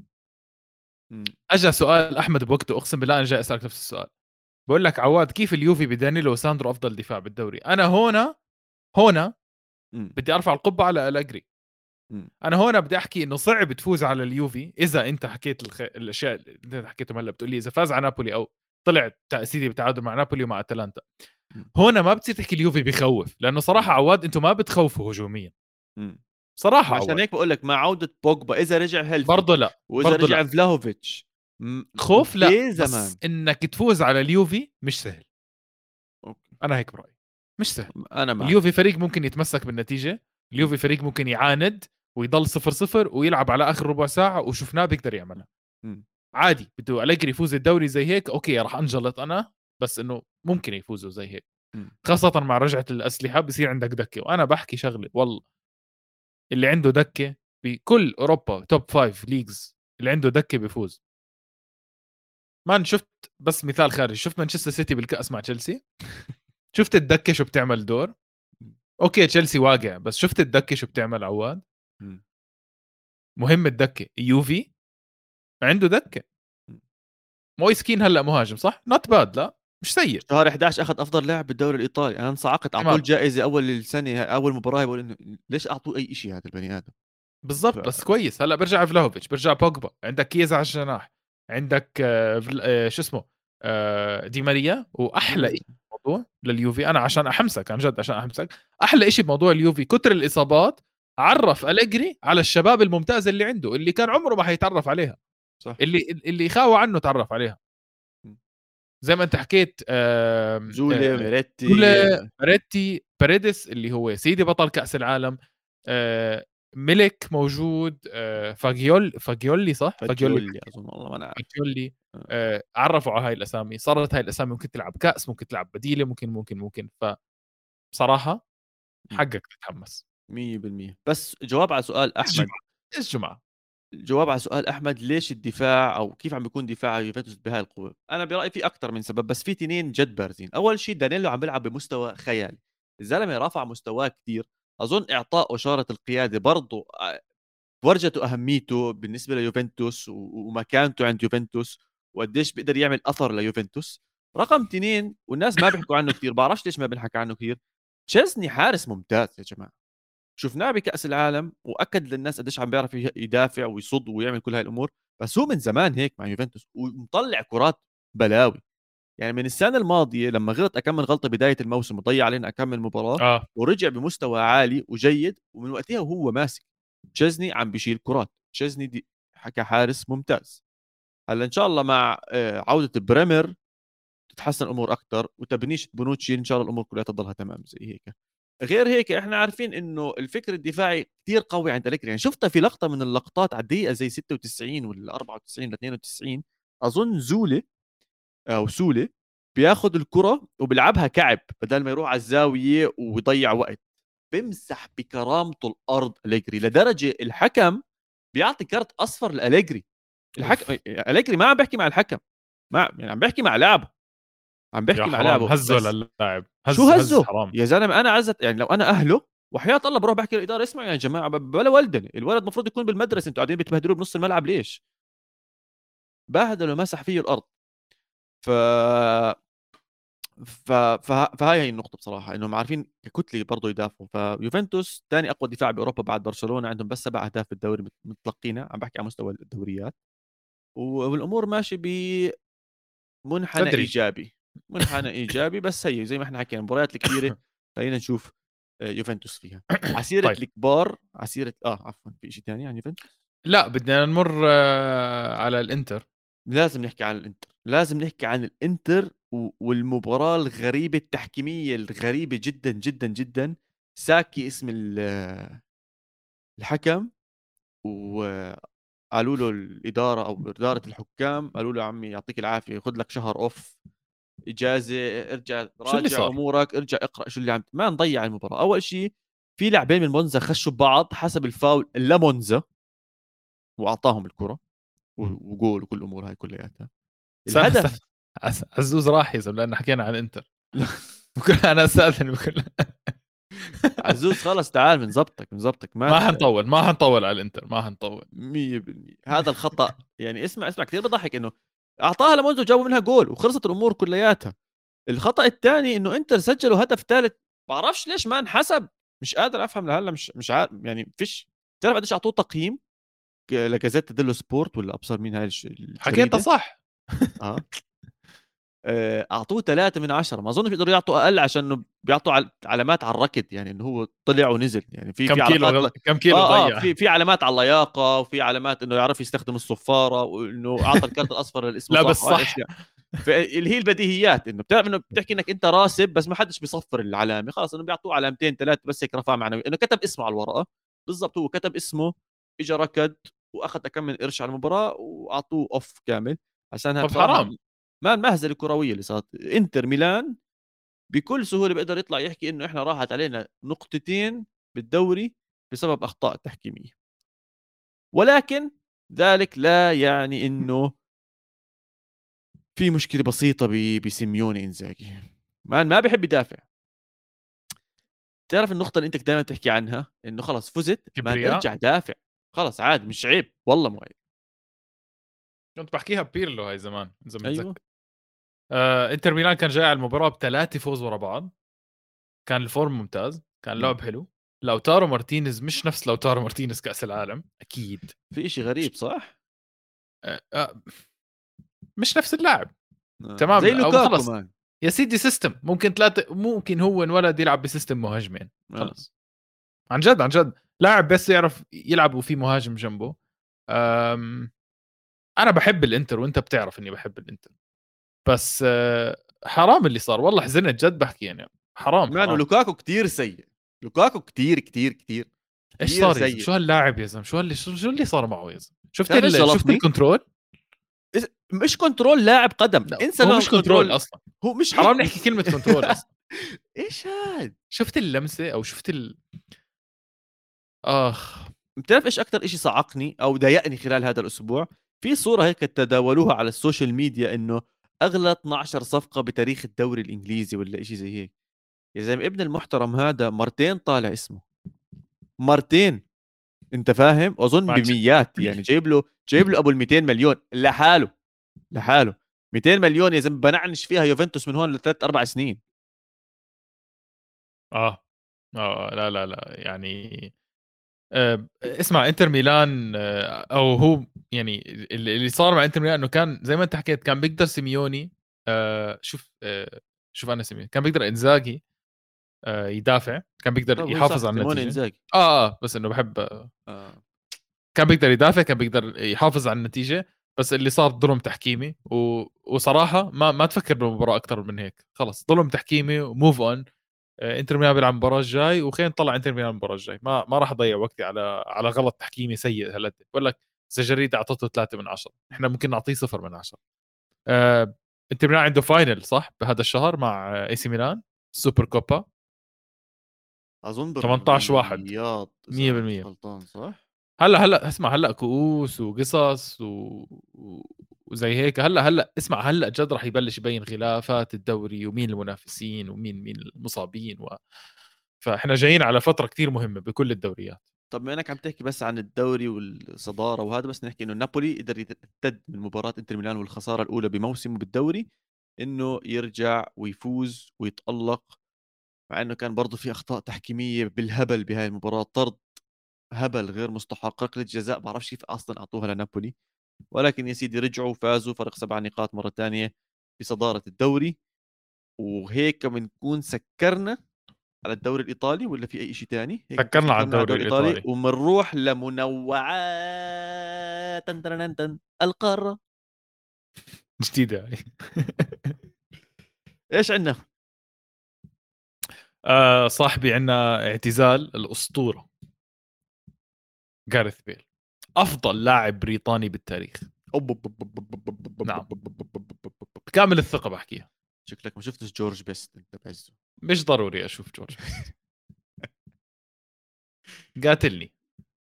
مم. اجى سؤال احمد بوقته، اقسم بالله انا جاي اسالك نفس السؤال. بقول لك عواد كيف اليوفي بدانيلو وساندرو افضل دفاع بالدوري؟ انا هنا هنا مم. بدي ارفع القبعه على أليجري. مم. انا هنا بدي احكي انه صعب تفوز على اليوفي اذا انت حكيت الخ... الاشياء اللي انت حكيتهم هلا. بتقول لي اذا فاز على نابولي او طلع تأسيدي بتعادل مع نابولي ومع اتلانتا، مم. هنا ما بتصير تحكي اليوفي بخوف، لانه صراحه عواد انتم ما بتخوفوا هجوميا. مم. صراحه عشان عواد هيك بقول لك مع عودة بوجبا إذا رجع هيلثي، برضه لا وإذا برضه رجع لا. فلاهوفيتش م- خوف لا، وكي بس زمان. انك تفوز على اليوفي مش سهل. أوكي. انا هيك برايي، مش سهل. أنا معك. اليوفي فريق ممكن يتمسك بالنتيجه، اليوفي فريق ممكن يعاند ويضل صفر صفر ويلعب على اخر ربع ساعه، وشفناه بيقدر يعملها مم. عادي. بده أليجري يفوز الدوري زي هيك اوكي راح انجلط انا، بس انه ممكن يفوزوا زي هيك، مم. خاصه مع رجعه الاسلحه بصير عندك دكه. وانا بحكي شغله والله، اللي عنده دكه بكل اوروبا توب فايف ليجز اللي عنده دكه بيفوز. مان شفت بس مثال خارج، شفت مانشستر سيتي بالكأس مع تشيلسي؟ شفت الدكه شو بتعمل دور؟ اوكي تشيلسي واقع، بس شفت الدكه شو بتعمل عواد؟ مم. مهم الدكه. يوفي عنده دكه. مم. مويس كين هلا مهاجم صح؟ نوت باد، لا مش سيء شهر أحد عشر اخذ افضل لاعب بالدوري الايطالي. انا انصعقت، اعطوه تمام. الجائزه اول السنه، اول مباراه بقول انه ليش اعطوه اي شيء هذا البني ادم. ف... بالضبط بس كويس. هلا برجع فلاهوفيتش، برجع بوجبا، عندك كيزا على الجناح، عندك آه فل... آه شو اسمه آه دي ماريا. دي واحلى مرة. شيء بالموضوع لليوفي، انا عشان احمسك عن جد، عشان احمسك، احلى شيء بموضوع اليوفي كتر الاصابات عرف أليجري على الشباب الممتازه اللي عنده، اللي كان عمره ما حيتعرف عليها، صح. اللي اللي خاوى عنه تعرف عليها. مم. زي ما انت حكيت آه زولي آه ميريتي. جولا باريتي باريدس اللي هو سيدي بطل كأس العالم، آه ملك موجود، آه فاجيول فاجيولي صح فاجيولي فاجيولي اظن، والله ما انا عارف. فاجيولي. آه. آه عرفوا على هاي الاسامي، صارت هاي الاسامي ممكن تلعب كأس، ممكن تلعب بديله، ممكن ممكن ممكن فبصراحة مم. حقك تتحمس. مية بالمية. بس جواب على سؤال ايش احمد، جمعة ايش جمعة الجواب على سؤال احمد ليش الدفاع او كيف عم بيكون دفاع يوفنتوس بهاي القوه، انا برايي في اكثر من سبب، بس في اثنين جد بارزين. اول شيء دانيلو عم بيلعب بمستوى خيالي، الزلمه رفع مستواه كثير. اظن اعطاء اشاره القياده برضه آه، ورجته اهميته بالنسبه ليوفنتوس و- ومكانته عند يوفنتوس، وقديش بيقدر يعمل اثر ليوفنتوس. رقم اثنين والناس ما بيحكوا عنه كثير، بعرفش ليش ما بنحكى عنه كثير. تشيزني حارس ممتاز يا جماعه، شفناه بكأس العالم واكد للناس قديش عم بيعرف يدافع ويصد ويعمل كل هاي الامور. بس هو من زمان هيك مع يوفنتوس ومطلع كرات بلاوي. يعني من السنه الماضيه لما غلط اكمل غلطه بدايه الموسم وضيع علينا اكمل مباراه، اه ورجع بمستوى عالي وجيد، ومن وقتها وهو ماسك. تشيزني عم بيشيل كرات، تشيزني دي كحارس ممتاز. هلا ان شاء الله مع آه، عوده بريمر تتحسن الامور اكثر، وتبنيش بونوتشي ان شاء الله الامور كلها تضلها تمام زي هيك. غير هيك احنا عارفين انه الفكر الدفاعي كثير قوي عند أليجري. يعني شفتها في لقطه من اللقطات على الدقيقه زي ستة وتسعين ولا أربعة وتسعين ل اثنين وتسعين، اظن زوله او سوله بياخذ الكره وبيلعبها كعب بدل ما يروح على الزاويه ويضيع وقت. بمسح بكرامته الارض أليجري، لدرجه الحكم بيعطي كارت اصفر لأليجري. الحكم أوف. أليجري ما عم بيحكي مع الحكم، ما يعني عم بيحكي مع لاعبه، عم يا بيحكي مع حرام، لاعبه هزوا بس. للاعب، شو هز هز هزه حرام. يا زلمه؟ انا عزت يعني لو انا اهله وحياة الله بروح بحكي للاداره اسمعوا يا جماعه بلا ولدني، الولد المفروض يكون بالمدرسه، انتوا قاعدين بتبهدلوه بنص الملعب ليش؟ بهدلوا مسح فيه الارض. ف ف... ف... فهاي هي النقطة بصراحة، انهم عارفين ككتلة برضه يدافعوا. فيوفنتوس ثاني اقوى دفاع باوروبا بعد برشلونة، عندهم بس سبع اهداف بالدوري متلقينا، عم بحكي على مستوى الدوريات. والامور ماشي بمنحنى تدريج. ايجابي، منحنى ايجابي. بس هي زي ما احنا حكينا المباريات الكبيرة خلينا نشوف آه، يوفنتوس فيها. عسيرة طيب الكبار، عسيرة اه عفوا في شيء ثاني عن يوفنتوس؟ لا، بدنا نمر آه، على الانتر. لازم نحكي عن الانتر، لازم نحكي عن الانتر و- والمباراة الغريبة التحكيمية الغريبة جدا جدا جدا. ساكي اسم ال- الحكم، وقالوا له الإدارة أو إدارة الحكام قالوا له عمي يعطيك العافية خذ لك شهر أوف إجازة، ارجع شو اللي راجع صار؟ أمورك، ارجع اقرأ شو اللي عم ما نضيع المباراة. أول شيء في لاعبين من مونزا خشوا ببعض حسب الفاول لمونزا وأعطاهم الكرة و- وجول وكل الأمور هاي كلياتها. استنى الهدف استنى، عز- عزوز راح يا زلمه لان حكينا عن الانتر. بكل انا استاذن بكل. عزوز خلص تعال بنظبطك بنظبطك ما ما تح... حنطول ما حنطول على الانتر، ما حنطول. مية بالمية هذا الخطأ. يعني اسمع اسمع كثير بضحك انه اعطاها لمونزو جابوا منها جول وخلصت الامور كلياتها. الخطأ الثاني انه انتر سجلوا هدف ثالث، بعرفش ليش ما انحسب. مش قادر افهم لهلا، مش مش عارف يعني فيش. تعرف قديش اعطوه تقييم ك- لجازيتا ديلو سبورت ولا ابصر مين هاي الش- حكيتها الجريده؟ صح. اه آه، اعطوه ثلاثة من عشرة. ما اظن بيقدروا يعطوا اقل عشان انه بيعطوا عل- علامات على الركض، يعني انه هو طلع ونزل. يعني في كم في كيلو علاقات ل... غل... كم كيلو اه اه ضيع. في في علامات على اللياقه، وفي علامات انه يعرف يستخدم الصفاره، وانه اعطى الكارت الاصفر اللي اسمه لابس صح، وهاي صح. الاشياء. فاللي هي البديهيات انه بتعرف انه بتحكي انك انت راسب بس ما حدش بيصفر العلامه، خلاص انه بيعطوه علامتين ثلاث بس هيك رفع معنوي، انه كتب اسمه على الورقه. بالضبط هو كتب اسمه، اجى ركض واخذ كم من قرش على المباراه واعطوه اوف كامل. عشانها طب بصراحه حرام. ما المهزله الكرويه اللي صارت. انتر ميلان بكل سهوله بيقدر يطلع يحكي انه احنا راحت علينا نقطتين بالدوري بسبب اخطاء تحكيميه، ولكن ذلك لا يعني انه في مشكله بسيطه ب- بسيميوني انزاجي. ما ما بيحب يدافع. تعرف النقطه اللي انت دائما تحكي عنها انه خلص فزت ما كبرياء. ارجع دافع، خلص عادي مش عيب والله مو عيب. كنت بحكيها ببيرلو هاي زمان اذا ايوه متذكر. آه، انتر ميلان كان جاي على المباراه بثلاثه فوز ورا بعض، كان الفورم ممتاز، كان م. لعب حلو. لوتارو مارتينيز مش نفس لوتارو مارتينيز كاس العالم اكيد. في اشي غريب صح؟ آه، آه، مش نفس اللاعب آه. زي تمام، او لوكاكو خلص مان. يا سيدي سيستم ممكن ثلاثه، ممكن هو انولد يلعب بسيستم مهاجمين آه. خلص. عن جد عن جد لاعب بس يعرف يلعب وفي مهاجم جنبه. أم انا بحب الانتر وانت بتعرف اني بحب الانتر، بس أه حرام اللي صار، والله حزنت جد بحكي يعني. حرام مان حرام. ولوكاكو كتير سيء، لوكاكو كتير كتير كتير ايش كتير صار يا زلمه؟ سيء. شو هاللاعب يا زلمه؟ شو اللي شو شو اللي صار معه يا زلمه؟ شفت تعرف ايش ال... شفت جلطني؟ الكنترول؟ إذا- مش كنترول لاعب قدم، لا انسى هو نوع مش كنترول الكنترول. اصلا. هو مش هيك حرام مش... نحكي كلمه كنترول اصلا. ايش هاد؟ شفت اللمسه او شفت ال... اخ. بتعرف ايش اكثر اشي صعقني او ضايقني خلال هذا الاسبوع؟ في صورة هيك تداولوها على السوشيال ميديا انه اغلى اثنا عشر صفقة بتاريخ الدوري الانجليزي ولا اشي زي هيك. يا زلمة ابن المحترم هذا مرتين طالع اسمه، مرتين. انت فاهم؟ اظن عن جد. بميات، يعني جايب له جايب له ابو ال مئتين مليون لحاله، لحاله. مئتين مليون يا زلمه بنعنش فيها يوفنتوس من هون لثلاث اربع سنين. اه اه لا لا لا يعني آه، اسمع انتر ميلان آه، او هو يعني اللي اللي صار مع انتر ميلان انه كان زي ما انت حكيت كان بيقدر سيميوني آه، شوف آه، شوف انا سيميوني كان بيقدر انزاجي آه، يدافع كان بيقدر طب هو صح يحافظ على سيمون النتيجه. انزاجي. اه اه بس انه بحب آه، آه. كان بيقدر يدافع كان بيقدر يحافظ على النتيجه. بس اللي صار ظلم تحكيمي و... وصراحه ما ما تفكر بالمباراه اكثر من هيك خلص ظلم تحكيمي وموف اون. انتر ميلان بيلعب المباراه الجاي وخلينا نطلع انتر ميلان المباراه الجاي ما ما راح اضيع وقتي على على غلط تحكيمي سيء هالقد. بقول لك زجريد اعطته ثلاثة من عشرة احنا ممكن نعطيه صفر من عشرة. آه، انتر ميلان عنده فاينل صح بهذا الشهر مع اي سي ميلان سوبر كوبا اظن ثمانية عشر واحد بالرياض اذا انا مش مية بالمية. غلطان صح. هلا هلا اسمع هلا كؤوس وقصص و... و... وزي هيك هلا هلا اسمع هلا جد راح يبلش يبين خلافات الدوري ومين المنافسين ومين مين المصابين و... فاحنا جايين على فتره كثير مهمه بكل الدوريات. طب ما انك عم تحكي بس عن الدوري والصداره وهذا، بس نحكي انه نابولي قدر يرتد من مباراه انتر ميلان والخساره الاولى بموسمه بالدوري، انه يرجع ويفوز ويتالق. مع انه كان برضه في اخطاء تحكيميه بالهبل بهاي المباراه، طرد هبل غير مستحق، ركله جزاء بعرفش كيف اصلا اعطوها لنابولي. ولكن يا سيدي رجعوا وفازوا فرق سبع نقاط مره ثانيه بصداره الدوري. وهيك بنكون سكرنا على الدوري الايطالي، ولا في اي شيء تاني هيك نكون فكرنا على سكرنا على الدوري الدوري الايطالي الايطالي. وبنروح لمنوعات تن تن تن تن القاره. جديده هاي. ايش عندنا؟ آه صاحبي عندنا اعتزال الاسطوره جاريث بيل افضل لاعب بريطاني بالتاريخ. نعم بكامل الثقه بحكيها. شكلك ما شفتش جورج بيست انت بعزه. مش ضروري اشوف جورج بيست قاتلني.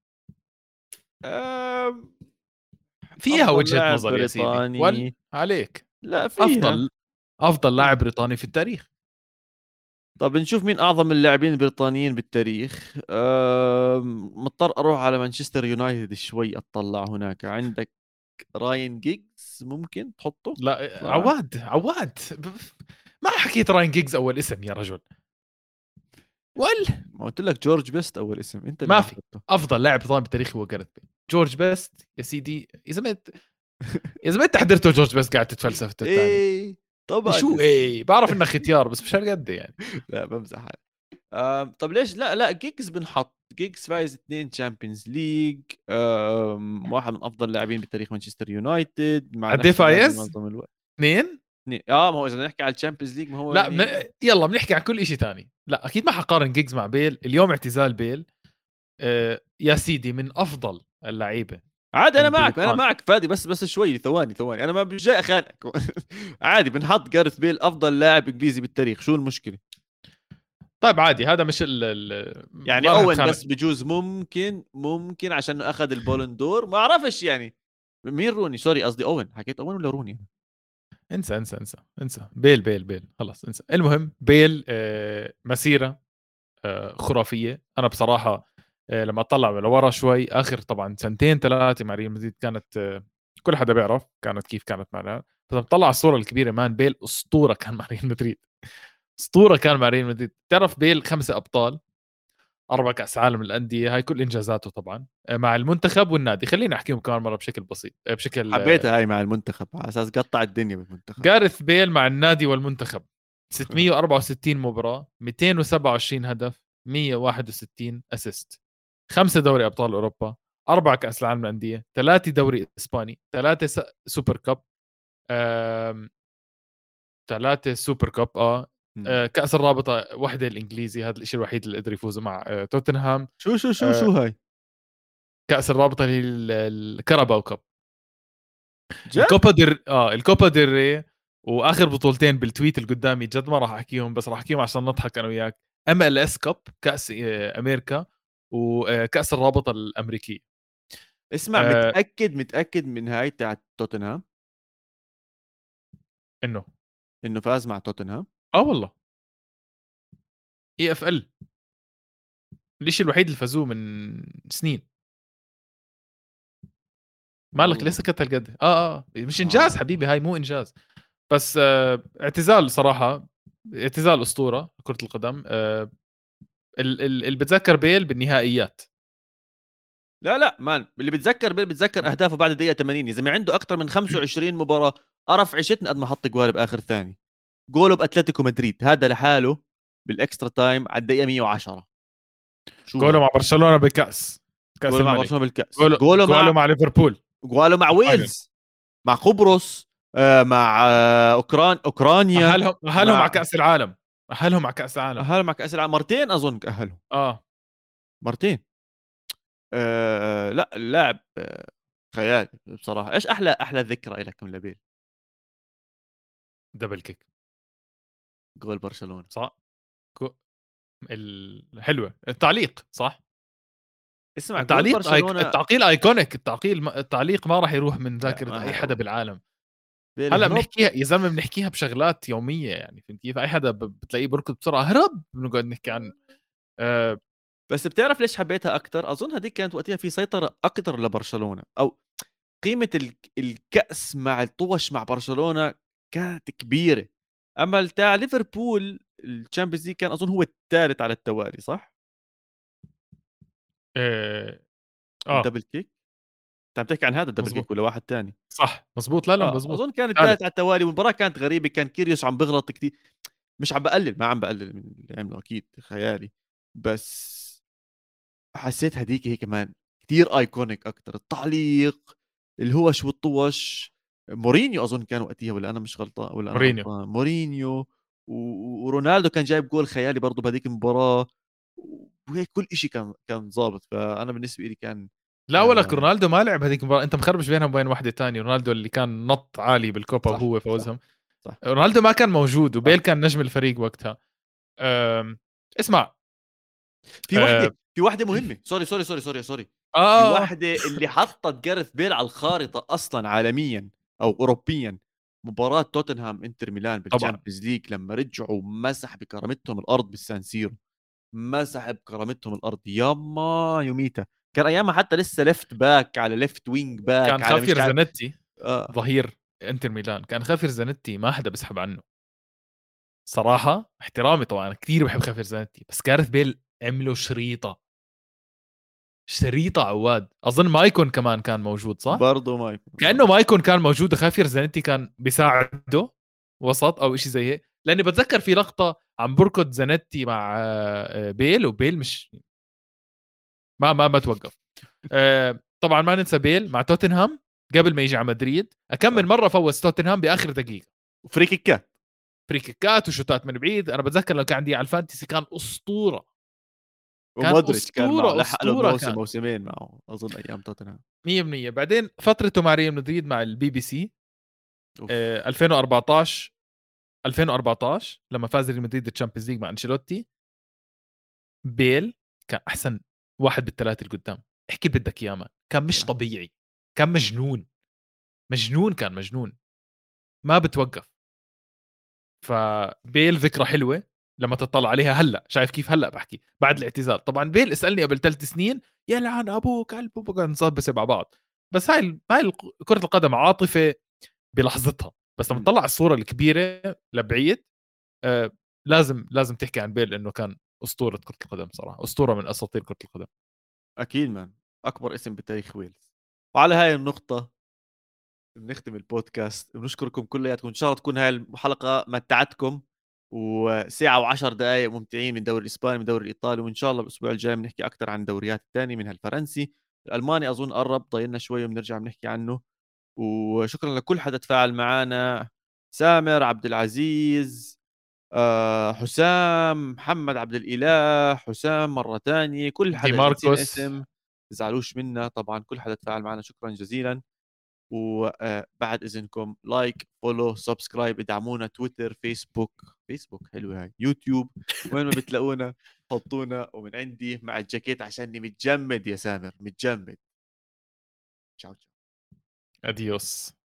أم، فيها افضل وجهه لاعب نظر يا سيدي ولا بريطاني. عليك. لا فيها. افضل افضل فيها. لاعب بريطاني في التاريخ. طب نشوف مين اعظم اللاعبين البريطانيين بالتاريخ. أم، مضطر اروح على مانشستر يونايتد شوي اطلع هناك. عندك راين جيجز ممكن تحطه لا صراحة. عواد عواد ب- ما حكيت راين جيجز اول اسم يا رجل. وال ما قلت لك جورج بيست اول اسم، انت اللي ما ما في حطيته. افضل لاعب بريطاني بالتاريخ هو جاريث بيل. جورج بيست يا سيدي يا زلمه يا زلمه انت حضرته جورج بيست قاعد تتفلسف الثاني. ايه طبعا شو بس. ايه بعرف انك ختيار بس مش هالقد يعني. لا بمزح. آم، طب ليش لا لا جيجز بنحط. جيجز فايز اثنين تشامبيونز ليج، واحد من افضل اللاعبين بتاريخ مانشستر يونايتد مع قد ايه نفس النادي فايز؟ معظم الوقت. اثنين؟ اثنين. اه ما هو اذا نحكي على الشامبيونز ليج ما هو لا من... يعني. يلا بنحكي عن كل شيء ثاني. لا اكيد ما حقارن جيجز مع بيل. اليوم اعتزال بيل آه يا سيدي من افضل اللعيبه عادي انا معك انا البريطان. معك فادي، بس بس شوي ثواني ثواني انا ما مش جاي اخانقك. عادي بنحط جارث بيل افضل لاعب انجليزي بالتاريخ، شو المشكله؟ طيب عادي هذا مش ال... ال... يعني ما راح اوين اتخانق. بس بجوز ممكن ممكن عشان اخذ البولن دور ما اعرفش يعني. مين روني؟ سوري قصدي اوين، حكيت اوين ولا روني؟ انسى انسى انسى انسى بيل بيل بيل خلاص انسى. المهم بيل آه مسيره آه خرافيه. انا بصراحه آه لما اطلع لورا شوي اخر طبعا سنتين ثلاثه مع ريال مدريد كانت آه كل حدا بيعرف كانت كيف كانت معنا. بس لما اطلع الصوره الكبيره مان بيل اسطوره كان مع ريال مدريد. اسطوره كان مع ريال مدريد. تعرف بيل خمسه ابطال اربع كاس عالم الانديه هاي كل انجازاته طبعا آه، مع المنتخب والنادي. خليني احكيهم كمان مره بشكل بسيط آه، بشكل آه، حبيتها هاي مع المنتخب على اساس قطع الدنيا بالمنتخب. جارث بيل مع النادي والمنتخب ستمية وأربعة وستين مباراة مئتين وسبعة وعشرين هدف مية وواحد وستين اسيست خمسة دوري ابطال اوروبا أربعة كاس العالم للانديه ثلاثة دوري اسباني ثلاثة سوبر كاب آم، ثلاثة سوبر كاب اه مم. آه، كاس الرابطه وحده الانجليزي هذا الشيء الوحيد اللي قدر يفوز مع آه، توتنهام. شو شو شو شو آه، هاي؟ كاس الرابطه اللي هي ال- الكاراباو كاب. جد؟ الكوبا دير اه الكوبا دير ري. واخر بطولتين بالتويت اللي قدامي جد ما راح احكيهم بس راح احكيهم عشان نضحك انا وياك. ام ال اس كاب كاس آه، امريكا وكاس الرابطه الامريكيه. اسمع، آه متأكد متأكد من هاي تاعت توتنهام انه انه فاز مع توتنهام؟ اه والله اي اف ال الشيء الوحيد اللي فازوه من سنين. مالك والله. لسه كنت هالقد اه اه مش انجاز اه حبيبي هاي مو انجاز. بس آه، اعتزال صراحه، اعتزال اسطوره كره القدم. آه، ال- ال- اللي بتذكر بيل بالنهائيات. لا لا مان، اللي بتذكر بيل بتذكر اهدافه بعد الدقيقه ثمانين، يا زلمه عنده اكثر من خمسة وعشرين مباراه قرف عشتنا قد ما حط جوال باخر ثاني. جوله باتلتيكو مدريد هذا لحاله بالاكسترا تايم على الدقيقه مية وعشرة. شو جوله هاد؟ مع برشلونه بكاس كاس جوله مع الملك. برشلونه بالكاس، جوله جوله جوله مع مع ليفربول جوله مع بالفاينل. ويلز، مع قبرص، آه، مع آه، اوكران اوكرانيا، اهلهم اهلهم مع مع كاس العالم. اهلهم مع كاس العالم. اهلوا مع كاس العالم مرتين اظن، اهلوا اه مرتين. آه لا اللاعب آه خيالي بصراحه. ايش احلى احلى ذكرى لك من لبيل؟ دبل كيك. جول برشلونه. صح. كو- الحلوه التعليق صح. اسمع جول التعليق أيك... برشلونه. التعقيل ايكونيك. التعقيل التعليق ما راح يروح من لا ذاكره ما اي حدا حيروح بالعالم. هلا بالهرب. بنحكيها يا زلمه، بنحكيها بشغلات يوميه يعني، فهمت كيف؟ اي حدا ب... بتلاقيه بركض بسرعه هرب بنقعد نحكي عن آه... بس بتعرف ليش حبيتها اكثر؟ اظن هذيك كانت وقتها في سيطره اكثر لبرشلونه، او قيمه ال- الكاس مع الطوش مع برشلونه كانت كبيره. اما بتاع ليفربول الشامبيونز ليج كان اظن هو الثالث على التوالي، صح؟ اه اه الدبل كيك. انت عم تحكي عن هذا الدبل مزبوط. كيك ولا واحد تاني؟ صح مزبوط. لا لا اه مزبوط. اظن كان الثالث ثالث. على التوالي، والمباراه كانت غريبه، كان كيريوس عم بغلط كثير. مش عم بقلل، ما عم بقلل من اللي عمله، اكيد خيالي، بس حسيت هديك هي كمان كثير ايكونيك اكثر. التعليق، الهوش والطوش. مورينيو اظن كان وقتها، ولا انا مش غلطان، ولا انا مورينيو. غلطان مورينيو. و- ورونالدو كان جايب جول خيالي برضه بهذيك المباراه. وهيك كل شيء كان كان ظابط. فانا بالنسبه لي كان لا ولك آه رونالدو ما لعب هذيك المباراه، انت مخربش بينهم وبين واحده تانية. رونالدو اللي كان نط عالي بالكوبا صح وهو صح فوزهم. صح رونالدو ما كان موجود، وبيل صح. كان نجم الفريق وقتها. أم... اسمع. في أه... وحده في وحده مهمه، سوري سوري سوري سوري سوري. في آه, آه. واحده اللي حطت جارث بيل على الخارطه اصلا عالميا او اوروبيا، مباراه توتنهام انتر ميلان طبعا بالتشامبيونز ليج لما رجعوا مسح بكرامتهم الارض بالسان سيرو. مسح بكرامتهم الارض ياما يوميتا. كان ايامها حتى لسه ليفت باك على ليفت وينج باك كان على مش خافير عارف. زانيتي آه. ظهير انتر ميلان. كان خافير زانيتي ما حدا بيسحب عنه صراحه. احترامي طبعا، انا كثير بحب خافير زانيتي، بس جارث بيل عمله شريطه. شريطه عواد. اظن مايكون كمان كان موجود صح. برضه ما يكون كانه آه. مايكون كان موجود وخافير زانيتي كان بيساعده وسط او شيء زي هيك. لاني بتذكر في لقطه عم بركض زانيتي مع آه، بيل، وبيل مش ما ما ما توقف. آه، طبعا ما ننسى بيل مع توتنهام قبل ما يجي على مدريد، اكمل صح. مره فوز توتنهام باخر دقيقه. وفري كيكات. فري كيكات وشوتات من بعيد. انا بتذكر لو كان عندي على الفانتسي كان اسطوره. كان ومودريتش كان معه، اسطوره لحق له اسطوره موسم كان. موسمين معه اظن ايام توتنهام. مية بالمية. بعدين فترته مع ريال مدريد مع البي بي سي اوف. آه، ألفين وأربعتاشر ألفين وأربعتاشر لما فاز ريال مدريد الشامبيونز ليج مع انشيلوتي. بيل كان احسن واحد بالثلاثه اللي قدام. احكي بدك اياه مان. كان مش صح. طبيعي. كان مجنون. مجنون كان مجنون. ما بتوقف. فبيل ذكرى حلوه لما تطلع عليها هلا. شايف كيف هلا بحكي بعد الاعتزال؟ طبعا بيل اسالني قبل ثلاث سنين يلعن ابوك قلبه بقى نصاب مع بعض. بس هاي ال- هاي الق- كره القدم عاطفه بلحظتها. بس لما مم. تطلع الصوره الكبيره لبعيد آه لازم لازم تحكي عن بيل انه كان اسطوره كره القدم صراحه. اسطوره من اساطير كره القدم. اكيد مان، اكبر اسم بتاريخ ويلز. وعلى هاي النقطه بنختم البودكاست. بنشكركم كلياتكم، ان شاء الله تكون هاي الحلقه متعتكم، وساعة وعشر دقائق ممتعين من الدوري الإسباني من الدوري الإيطالي. وإن شاء الله الأسبوع الجاي بنحكي أكثر عن الدوريات الثانية منها الفرنسي. الألماني أظن قرب ضايلنا شوي وبنرجع بنحكي عنه. وشكرا لكل حدا تفاعل معنا: سامر، عبد العزيز، آه، حسام، محمد عبد الإله، حسام مرة تانية، كل دي حدا إذا نسينا ماركوس. اسم تزعلوش منا. طبعا كل حدا تفاعل معنا شكرا جزيلا. وبعد اذنكم لايك فولو سبسكرايب، ادعمونا تويتر فيسبوك. فيسبوك حلوه هاي، يوتيوب، وين ما بتلاقونا حطونا. ومن عندي مع الجاكيت عشاني متجمد يا سامر، متجمد. تشاو تشاو. اديوس.